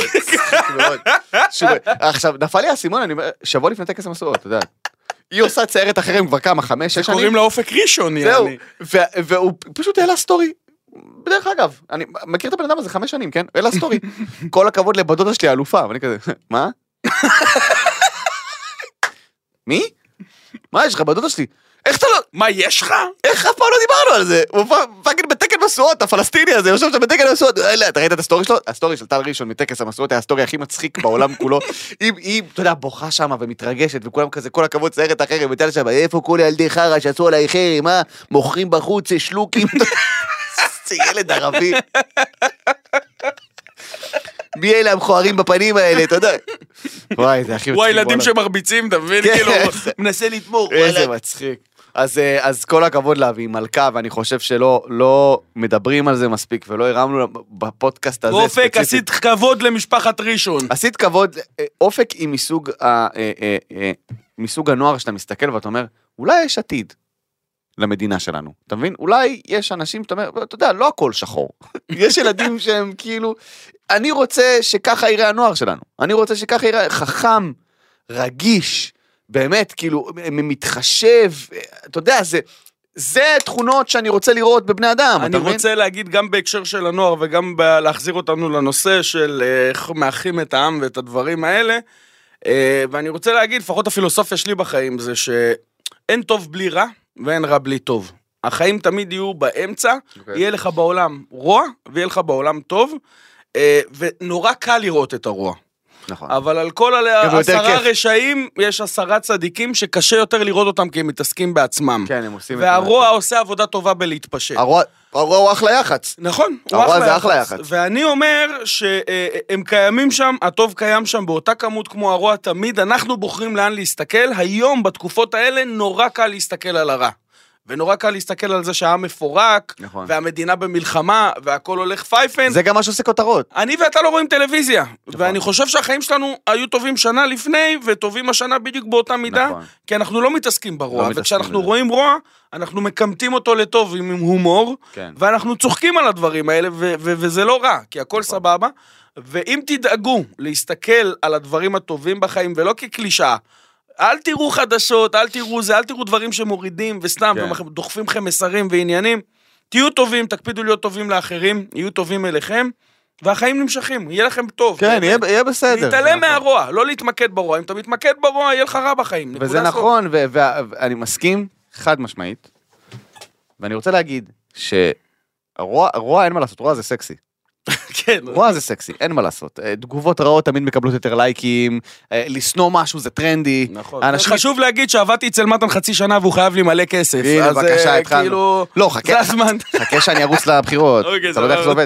עכשיו, נפל לי הסימון, אני אומר, שבוע לפני טקס המשואות, אתה יודע. היא עושה ציירת אחרים כבר כמה, 5-6 שנים. קוראים לה אופק ראשון, זהו, והוא פשוט העלה סטורי. בדרך אגב, אני מכיר את הבן אדם הזה 5 שנים, כן? העלה סטורי. כל הכבוד לבדודה שלי, האלופה, ואני כזה, מה? מי? מה יש לך בדודה שלי? איך אתה לא... מה יש לך? איך אף פעם לא דיברנו על זה? הוא פאקינג בתקן משואות, הפלסטיני הזה, יושב שם בתקן משואות. אתה ראית את הסטורי שלו? הסטורי של טל ראשון מטקס המשואות, היה הסטורי הכי מצחיק בעולם כולו. היא, אתה יודע, בוכה שם ומתרגשת, וכולם כזה, כל הכבוד ציירת אחרת, וטל שם, איפה כל ילדי חרא שעשו עליי חרם, מה? מוכרים בחוץ, שלוקים. זה ילד ערבי. מי אלה המכוערים בפנים האלה, אתה יודע. וואי, זה הכי מצחיק. וואי, ילדים שמרביצים, אתה מבין? כאילו, מנסה לתמוך. איזה מצחיק. אז כל הכבוד לה, והיא מלכה, ואני חושב שלא מדברים על זה מספיק, ולא הרמנו בפודקאסט הזה ספציפית. אופק, עשית כבוד למשפחת ראשון. עשית כבוד, אופק היא מסוג הנוער שאתה מסתכל ואתה אומר, אולי יש עתיד למדינה שלנו, אתה מבין? אולי יש אנשים, אתה יודע, לא הכל שחור. יש ילדים שהם כאילו, אני רוצה שככה יראה הנוער שלנו, אני רוצה שככה יראה חכם, רגיש, באמת, כאילו, מתחשב, אתה יודע, זה תכונות שאני רוצה לראות בבני אדם. אני רוצה להגיד גם בהקשר של הנוער, וגם להחזיר אותנו לנושא של איך מאחים את העם ואת הדברים האלה, ואני רוצה להגיד, לפחות הפילוסופיה שלי בחיים, זה שאין טוב בלי רע, ואין רע בלי טוב. החיים תמיד יהיו באמצע, יהיה לך בעולם רוע, ויהיה לך בעולם טוב, ונורא קל לראות את הרוע. נכון. אבל על כל 10 רשעים, יש 10 צדיקים שקשה יותר לראות אותם כי הם מתעסקים בעצמם. כן, הם עושים והרוע עושה עבודה טובה בלהתפשט. הרוע הוא אחלה יח"צ. נכון, הרוע זה אחלה יח"צ. ואני אומר שהם קיימים שם, הטוב קיים שם באותה כמות כמו הרוע תמיד, אנחנו בוחרים לאן להסתכל, היום בתקופות האלה נורא קל להסתכל על הרע. ונורא קל להסתכל על זה שהעם מפורק, נכון. והמדינה במלחמה, והכל הולך פייפן. זה גם מה שעושה כותרות. אני ואתה לא רואים טלוויזיה, נכון. ואני חושב שהחיים שלנו היו טובים שנה לפני, וטובים השנה בדיוק באותה מידה, נכון. כי אנחנו לא מתעסקים ברוע, וכשאנחנו רואים רוע, אנחנו מקמטים אותו לטוב עם הומור, כן. ואנחנו צוחקים על הדברים האלה, וזה לא רע, כי הכל נכון. סבבה, ואם תדאגו להסתכל על הדברים הטובים בחיים, ולא כקלישאה, אל תראו חדשות, אל תראו דברים שמורידים וסתם, כן. ודוחפים לכם מסרים ועניינים. תהיו טובים, תקפידו להיות טובים לאחרים, יהיו טובים אליכם, והחיים נמשכים, יהיה לכם טוב. כן, יהיה בסדר. להתעלם מהרוע, לא להתמקד ברוע. אם אתה מתמקד ברוע, יהיה לך רע בחיים. וזה נכון, ואני מסכים חד משמעית, ואני רוצה להגיד שרוע אין מה לעשות, רוע זה סקסי. כן. רוע זה סקסי, אין מה לעשות. תגובות רעות תמיד מקבלות יותר לייקים, לשנוא משהו זה טרנדי. נכון. חשוב להגיד שעבדתי אצל מתן חצי שנה והוא חייב לי מלא כסף. הנה, בבקשה, התחלנו. לא, חכה שאני ארוץ לבחירות. אתה לא יודע איך זה עובד.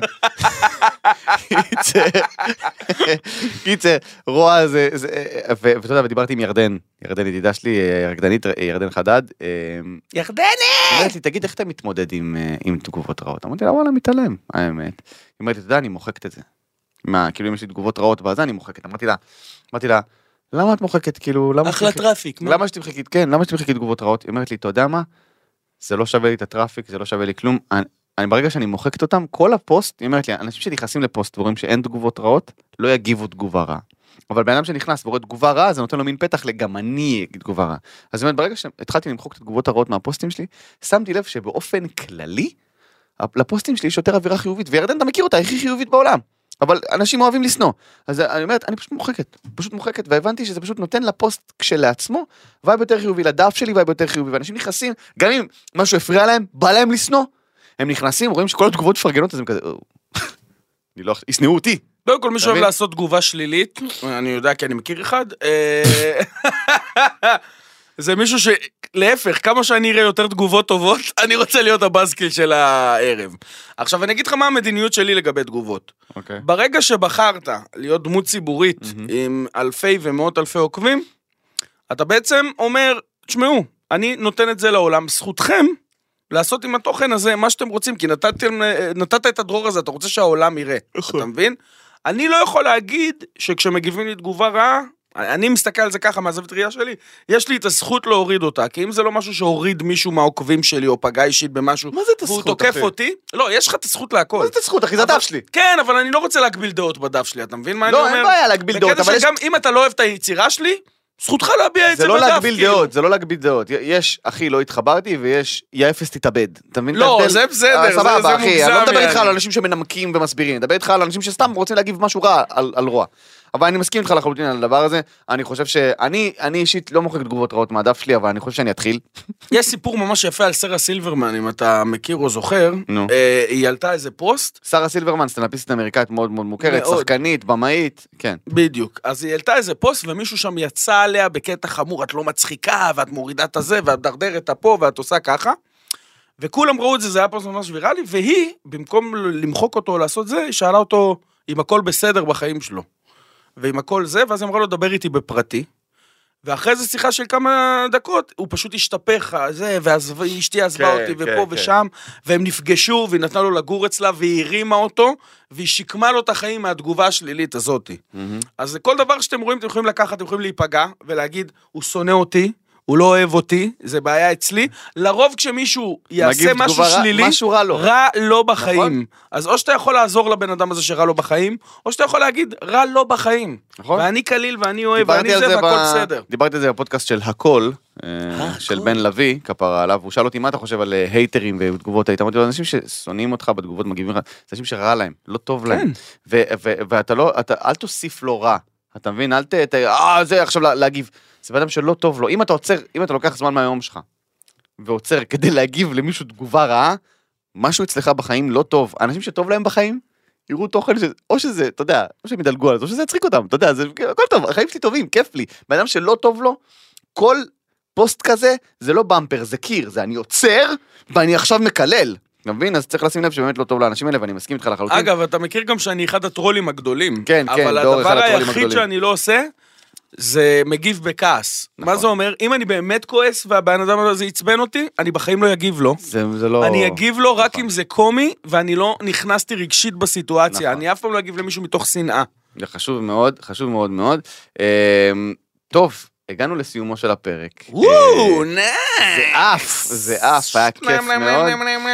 קיצר, רוע זה, ואתה יודע, ודיברתי עם ירדן ידידה שלי, ירדן חדד. ירדני! אמרתי לי, תגיד, איך אתה מתמודד עם תגובות רעות? אמרתי לה, וואלה, מתעלם, האמת. היא אומרת לי, אתה יודע, אני מוחקת את זה. כאילו, אם יש לי תגובות רעות בזה, אני מוחקת. אמרתי לה, למה את מוחקת? כאילו, אחלה טראפיק. למה שתמחקי תגובות רעות? היא אומרת לי, אתה יודע מה? זה לא שווה לי את הטראפיק, זה לא שווה לי כלום. ברגע שאני מוחקת אותם, כל הפוסט, היא אומרת לי, אנשים שנכנסים לפוסט ורואים שאין תגובות רעות, לא יגיבו תגובה רעה. אבל בן אדם שנכנס ורואה תגובה רעה, זה נותן לו מין פתח לגם אני אגיד תגובה רעה. אז זאת אומרת, ברגע שהתחלתי למחוק את התגובות הרעות מהפוסטים שלי, שמתי לב שבאופן כללי, לפוסטים שלי יש יותר אווירה חיובית, וירדן, אתה מכיר אותה, היא הכי חיובית בעולם. אבל אנשים אוהבים לשנוא. אז אני אומרת, אני פשוט מוחקת, והבנתי שזה פשוט נותן לפוסט כשלעצמו, וייב יותר חיובי, לדף שלי וייב יותר חיובי, ואנשים נכנסים, גם אם משהו הפריע להם, בא להם לשנוא. הם נכנסים, רואים שכל התגובות פרגנות, אז הם כזה, ישנאו אותי. לא, כל מי שאוהב לעשות תגובה שלילית, אני יודע כי אני מכיר אחד, זה מישהו שלהפך, כמה שאני אראה יותר תגובות טובות, אני רוצה להיות הבאזקיל של הערב. עכשיו, אני אגיד לך מה המדיניות שלי לגבי תגובות. ברגע שבחרת להיות דמות ציבורית עם אלפי ומאות אלפי עוקבים, אתה בעצם אומר, תשמעו, אני נותן את זה לעולם, זכותכם לעשות עם התוכן הזה מה שאתם רוצים, כי נתת את הדרור הזה, אתה רוצה שהעולם יראה, אתה מבין? אני לא יכול להגיד שכשמגיבים לי תגובה רעה, אני מסתכל על זה ככה מהזווית ראייה שלי, יש לי את הזכות להוריד אותה, כי אם זה לא משהו שהוריד מישהו מהעוקבים שלי, או פגע אישית במשהו, מה זה את הזכות, והוא תוקף אותי, לא, יש לך את הזכות להכל. מה זה את הזכות, אחי, זה הדף שלי. כן, אבל אני לא רוצה להגביל דעות בדף שלי, אתה מבין מה אני אומר? לא, אין בעיה להגביל דעות, אבל שגם אם אתה לא אוהב את היצירה שלי, זכותך להביע את זה בדף. זה לא להגביל דעות, יש, אחי, לא התחברתי, ויש, יא אפס תתאבד. אתה מבין? לא, זה בסדר, זה סבבה, אחי, אני לא מדבר מוגזם. איתך על אנשים שמנמקים ומסבירים, מדבר איתך על אנשים שסתם רוצים להגיב משהו רע על רוע. אבל אני מסכים איתך לחלוטין על הדבר הזה, אני חושב שאני אישית לא מוחק תגובות רעות מהדף שלי, אבל אני חושב שאני אתחיל. יש סיפור ממש יפה על שרה סילברמן, אם אתה מכיר או זוכר, היא עלתה איזה פוסט. שרה סילברמן, סטנדאפיסטית אמריקאית מאוד מאוד מוכרת, שחקנית, במאית, כן. בדיוק, אז היא העלתה איזה פוסט, ומישהו שם יצא עליה בקטע חמור, את לא מצחיקה, ואת מורידה את הזה, ואת דרדרת פה, ואת עושה ככה, וכולם ראו את זה, זה היה פוסט ממש ויראלי, והיא, במקום למחוק אותו או לעשות זה, היא שאלה אותו אם הכל בסדר בחיים שלו. ועם הכל זה, ואז אמרה לו, דבר איתי בפרטי, ואחרי זה שיחה של כמה דקות, הוא פשוט השתפך, זה, ואז אשתי עזבה אותי, ופה ושם, והם נפגשו, והיא נתנה לו לגור אצלה, והיא הרימה אותו, והיא שיקמה לו את החיים מהתגובה השלילית הזאת. אז כל דבר שאתם רואים, אתם יכולים לקחת, אתם יכולים להיפגע, ולהגיד, הוא שונא אותי, הוא לא אוהב אותי, זה בעיה אצלי. לרוב כשמישהו יעשה משהו שלילי, רע לו בחיים. אז או שאתה יכול לעזור לבן אדם הזה שרע לו בחיים, או שאתה יכול להגיד, רע לו בחיים. ואני קליל ואני אוהב, ואני זה והכל בסדר. דיברתי על זה בפודקאסט של הכל, של בן לוי, כפרה עליו, הוא שאל אותי מה אתה חושב על הייטרים ותגובות הייטרים, אמרתי לו, אנשים ששונאים אותך בתגובות מגיבים לך, זה אנשים שרע להם, לא טוב להם. ואתה לא, אל תוסיף לו רע. אתה מבין? זה עכשיו להגיב. זה אדם שלא טוב לו. אם אתה לוקח זמן מהיום שלך, ועוצר כדי להגיב למישהו תגובה רעה, משהו אצלך בחיים לא טוב. אנשים שטוב להם בחיים, יראו תוכן או שזה, אתה יודע, או שהם ידלגו על זה, או שזה יצחיק אותם, אתה יודע, זה הכל טוב, החיים שלי טובים, כיף לי. באדם שלא טוב לו, כל פוסט כזה, זה לא במפר, זה קיר, זה אני עוצר, ואני עכשיו מקלל. אתה מבין? אז צריך לשים לב שבאמת לא טוב לאנשים האלה, ואני מסכים איתך לחלוטין. אגב, אתה מכיר גם שאני אחד הטרולים הגדולים. כן, כן, אבל הדבר היחיד שאני לא עושה, זה מגיב בכעס. מה זה אומר? אם אני באמת כועס, והבן אדם הזה יצבן אותי, אני בחיים לא יגיב לו. זה לא... אני אגיב לו רק אם זה קומי, ואני לא נכנסתי רגשית בסיטואציה. אני אף פעם לא אגיב למישהו מתוך שנאה. זה חשוב מאוד, חשוב מאוד מאוד. טוב. הגענו לסיומו של הפרק. וואו, נייס. זה אף, היה כיף מאוד.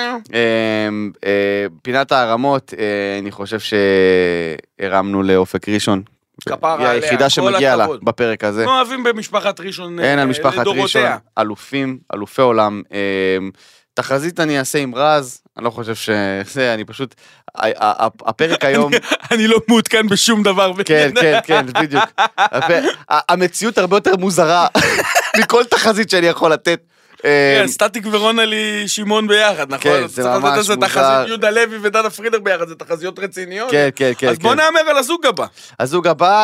פינת הערמות, אני חושב שהרמנו לאופק ראשון. היא היחידה שמגיעה לה בפרק הזה. אוהבים במשפחת ראשון לדורותיה. אין על משפחת ראשון, אלופי עולם. תחזית אני אעשה עם רז, אני לא חושב שזה, אני פשוט, הפרק היום... אני לא מעודכן בשום דבר. כן, כן, כן, בדיוק. המציאות הרבה יותר מוזרה מכל תחזית שאני יכול לתת. סטטיק ורונלי שמעון ביחד, נכון? כן, זה ממש מוזר. תחזית יהודה לוי ודנה פרידר ביחד, זה תחזיות רציניות. כן, כן, כן. אז בוא נאמר על הזוג הבא. הזוג הבא,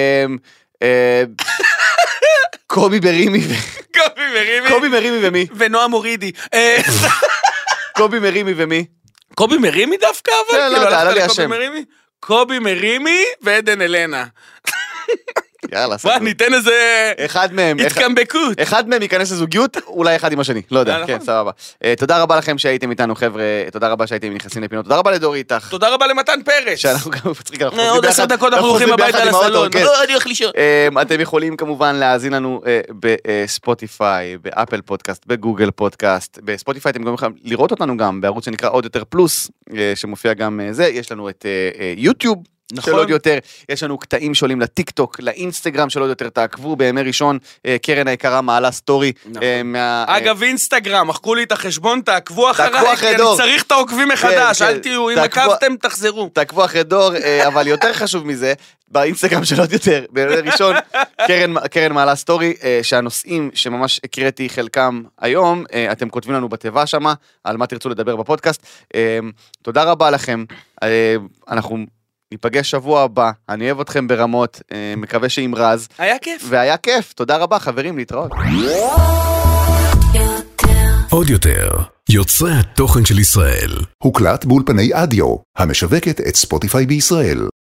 קובי מרימי. קובי מרימי ומי? ונועה מורידי. קובי מרימי ומי? קובי מרימי דווקא אבל? כן, לא יודע, עלה לי השם. קובי מרימי ועדן אלנה. יאללה, מה, ניתן איזה התקמבקות. אחד מהם ייכנס לזוגיות, אולי אחד עם השני, לא יודע, כן, סבבה. תודה רבה לכם שהייתם איתנו, חבר'ה, תודה רבה שהייתם נכנסים לפינות, תודה רבה לדורי איתך. תודה רבה למתן פרש. שאנחנו גם מצחיק, עוד 10 דקות אנחנו הולכים הביתה לסלון. אני הולך לישון. אתם יכולים כמובן להאזין לנו בספוטיפיי, באפל פודקאסט, בגוגל פודקאסט, בספוטיפיי אתם גם יכולים לראות אותנו גם בערוץ שנקרא עוד יותר פלוס, שמופיע גם זה, יש לנו את יוטיוב, של עוד יותר, יש לנו קטעים שעולים לטיק-טוק, לאינסטגרם של עוד יותר, תעקבו בימי ראשון, קרן היקרה מעלה סטורי. אגב אינסטגרם, מחקו לי את החשבון, תעקבו אחריי, כי אני צריך את העוקבים מחדש, אל תהיו, אם עקבתם תחזרו. תעקבו אחרי דור, אבל יותר חשוב מזה, באינסטגרם של עוד יותר, בימי ראשון, קרן מעלה סטורי, שהנושאים שממש הקראתי חלקם היום, אתם כותבים לנו בתיבה שמה, על מה תרצו לדבר בפודקאסט. תודה רבה לכם, אנחנו ניפגש שבוע הבא, אני אוהב אתכם ברמות, מקווה שימרז. היה כיף. והיה כיף, תודה רבה חברים, להתראות. עוד יותר, יוצרי התוכן של ישראל. הוקלט באולפני אדיו, המשווקת את ספוטיפיי בישראל.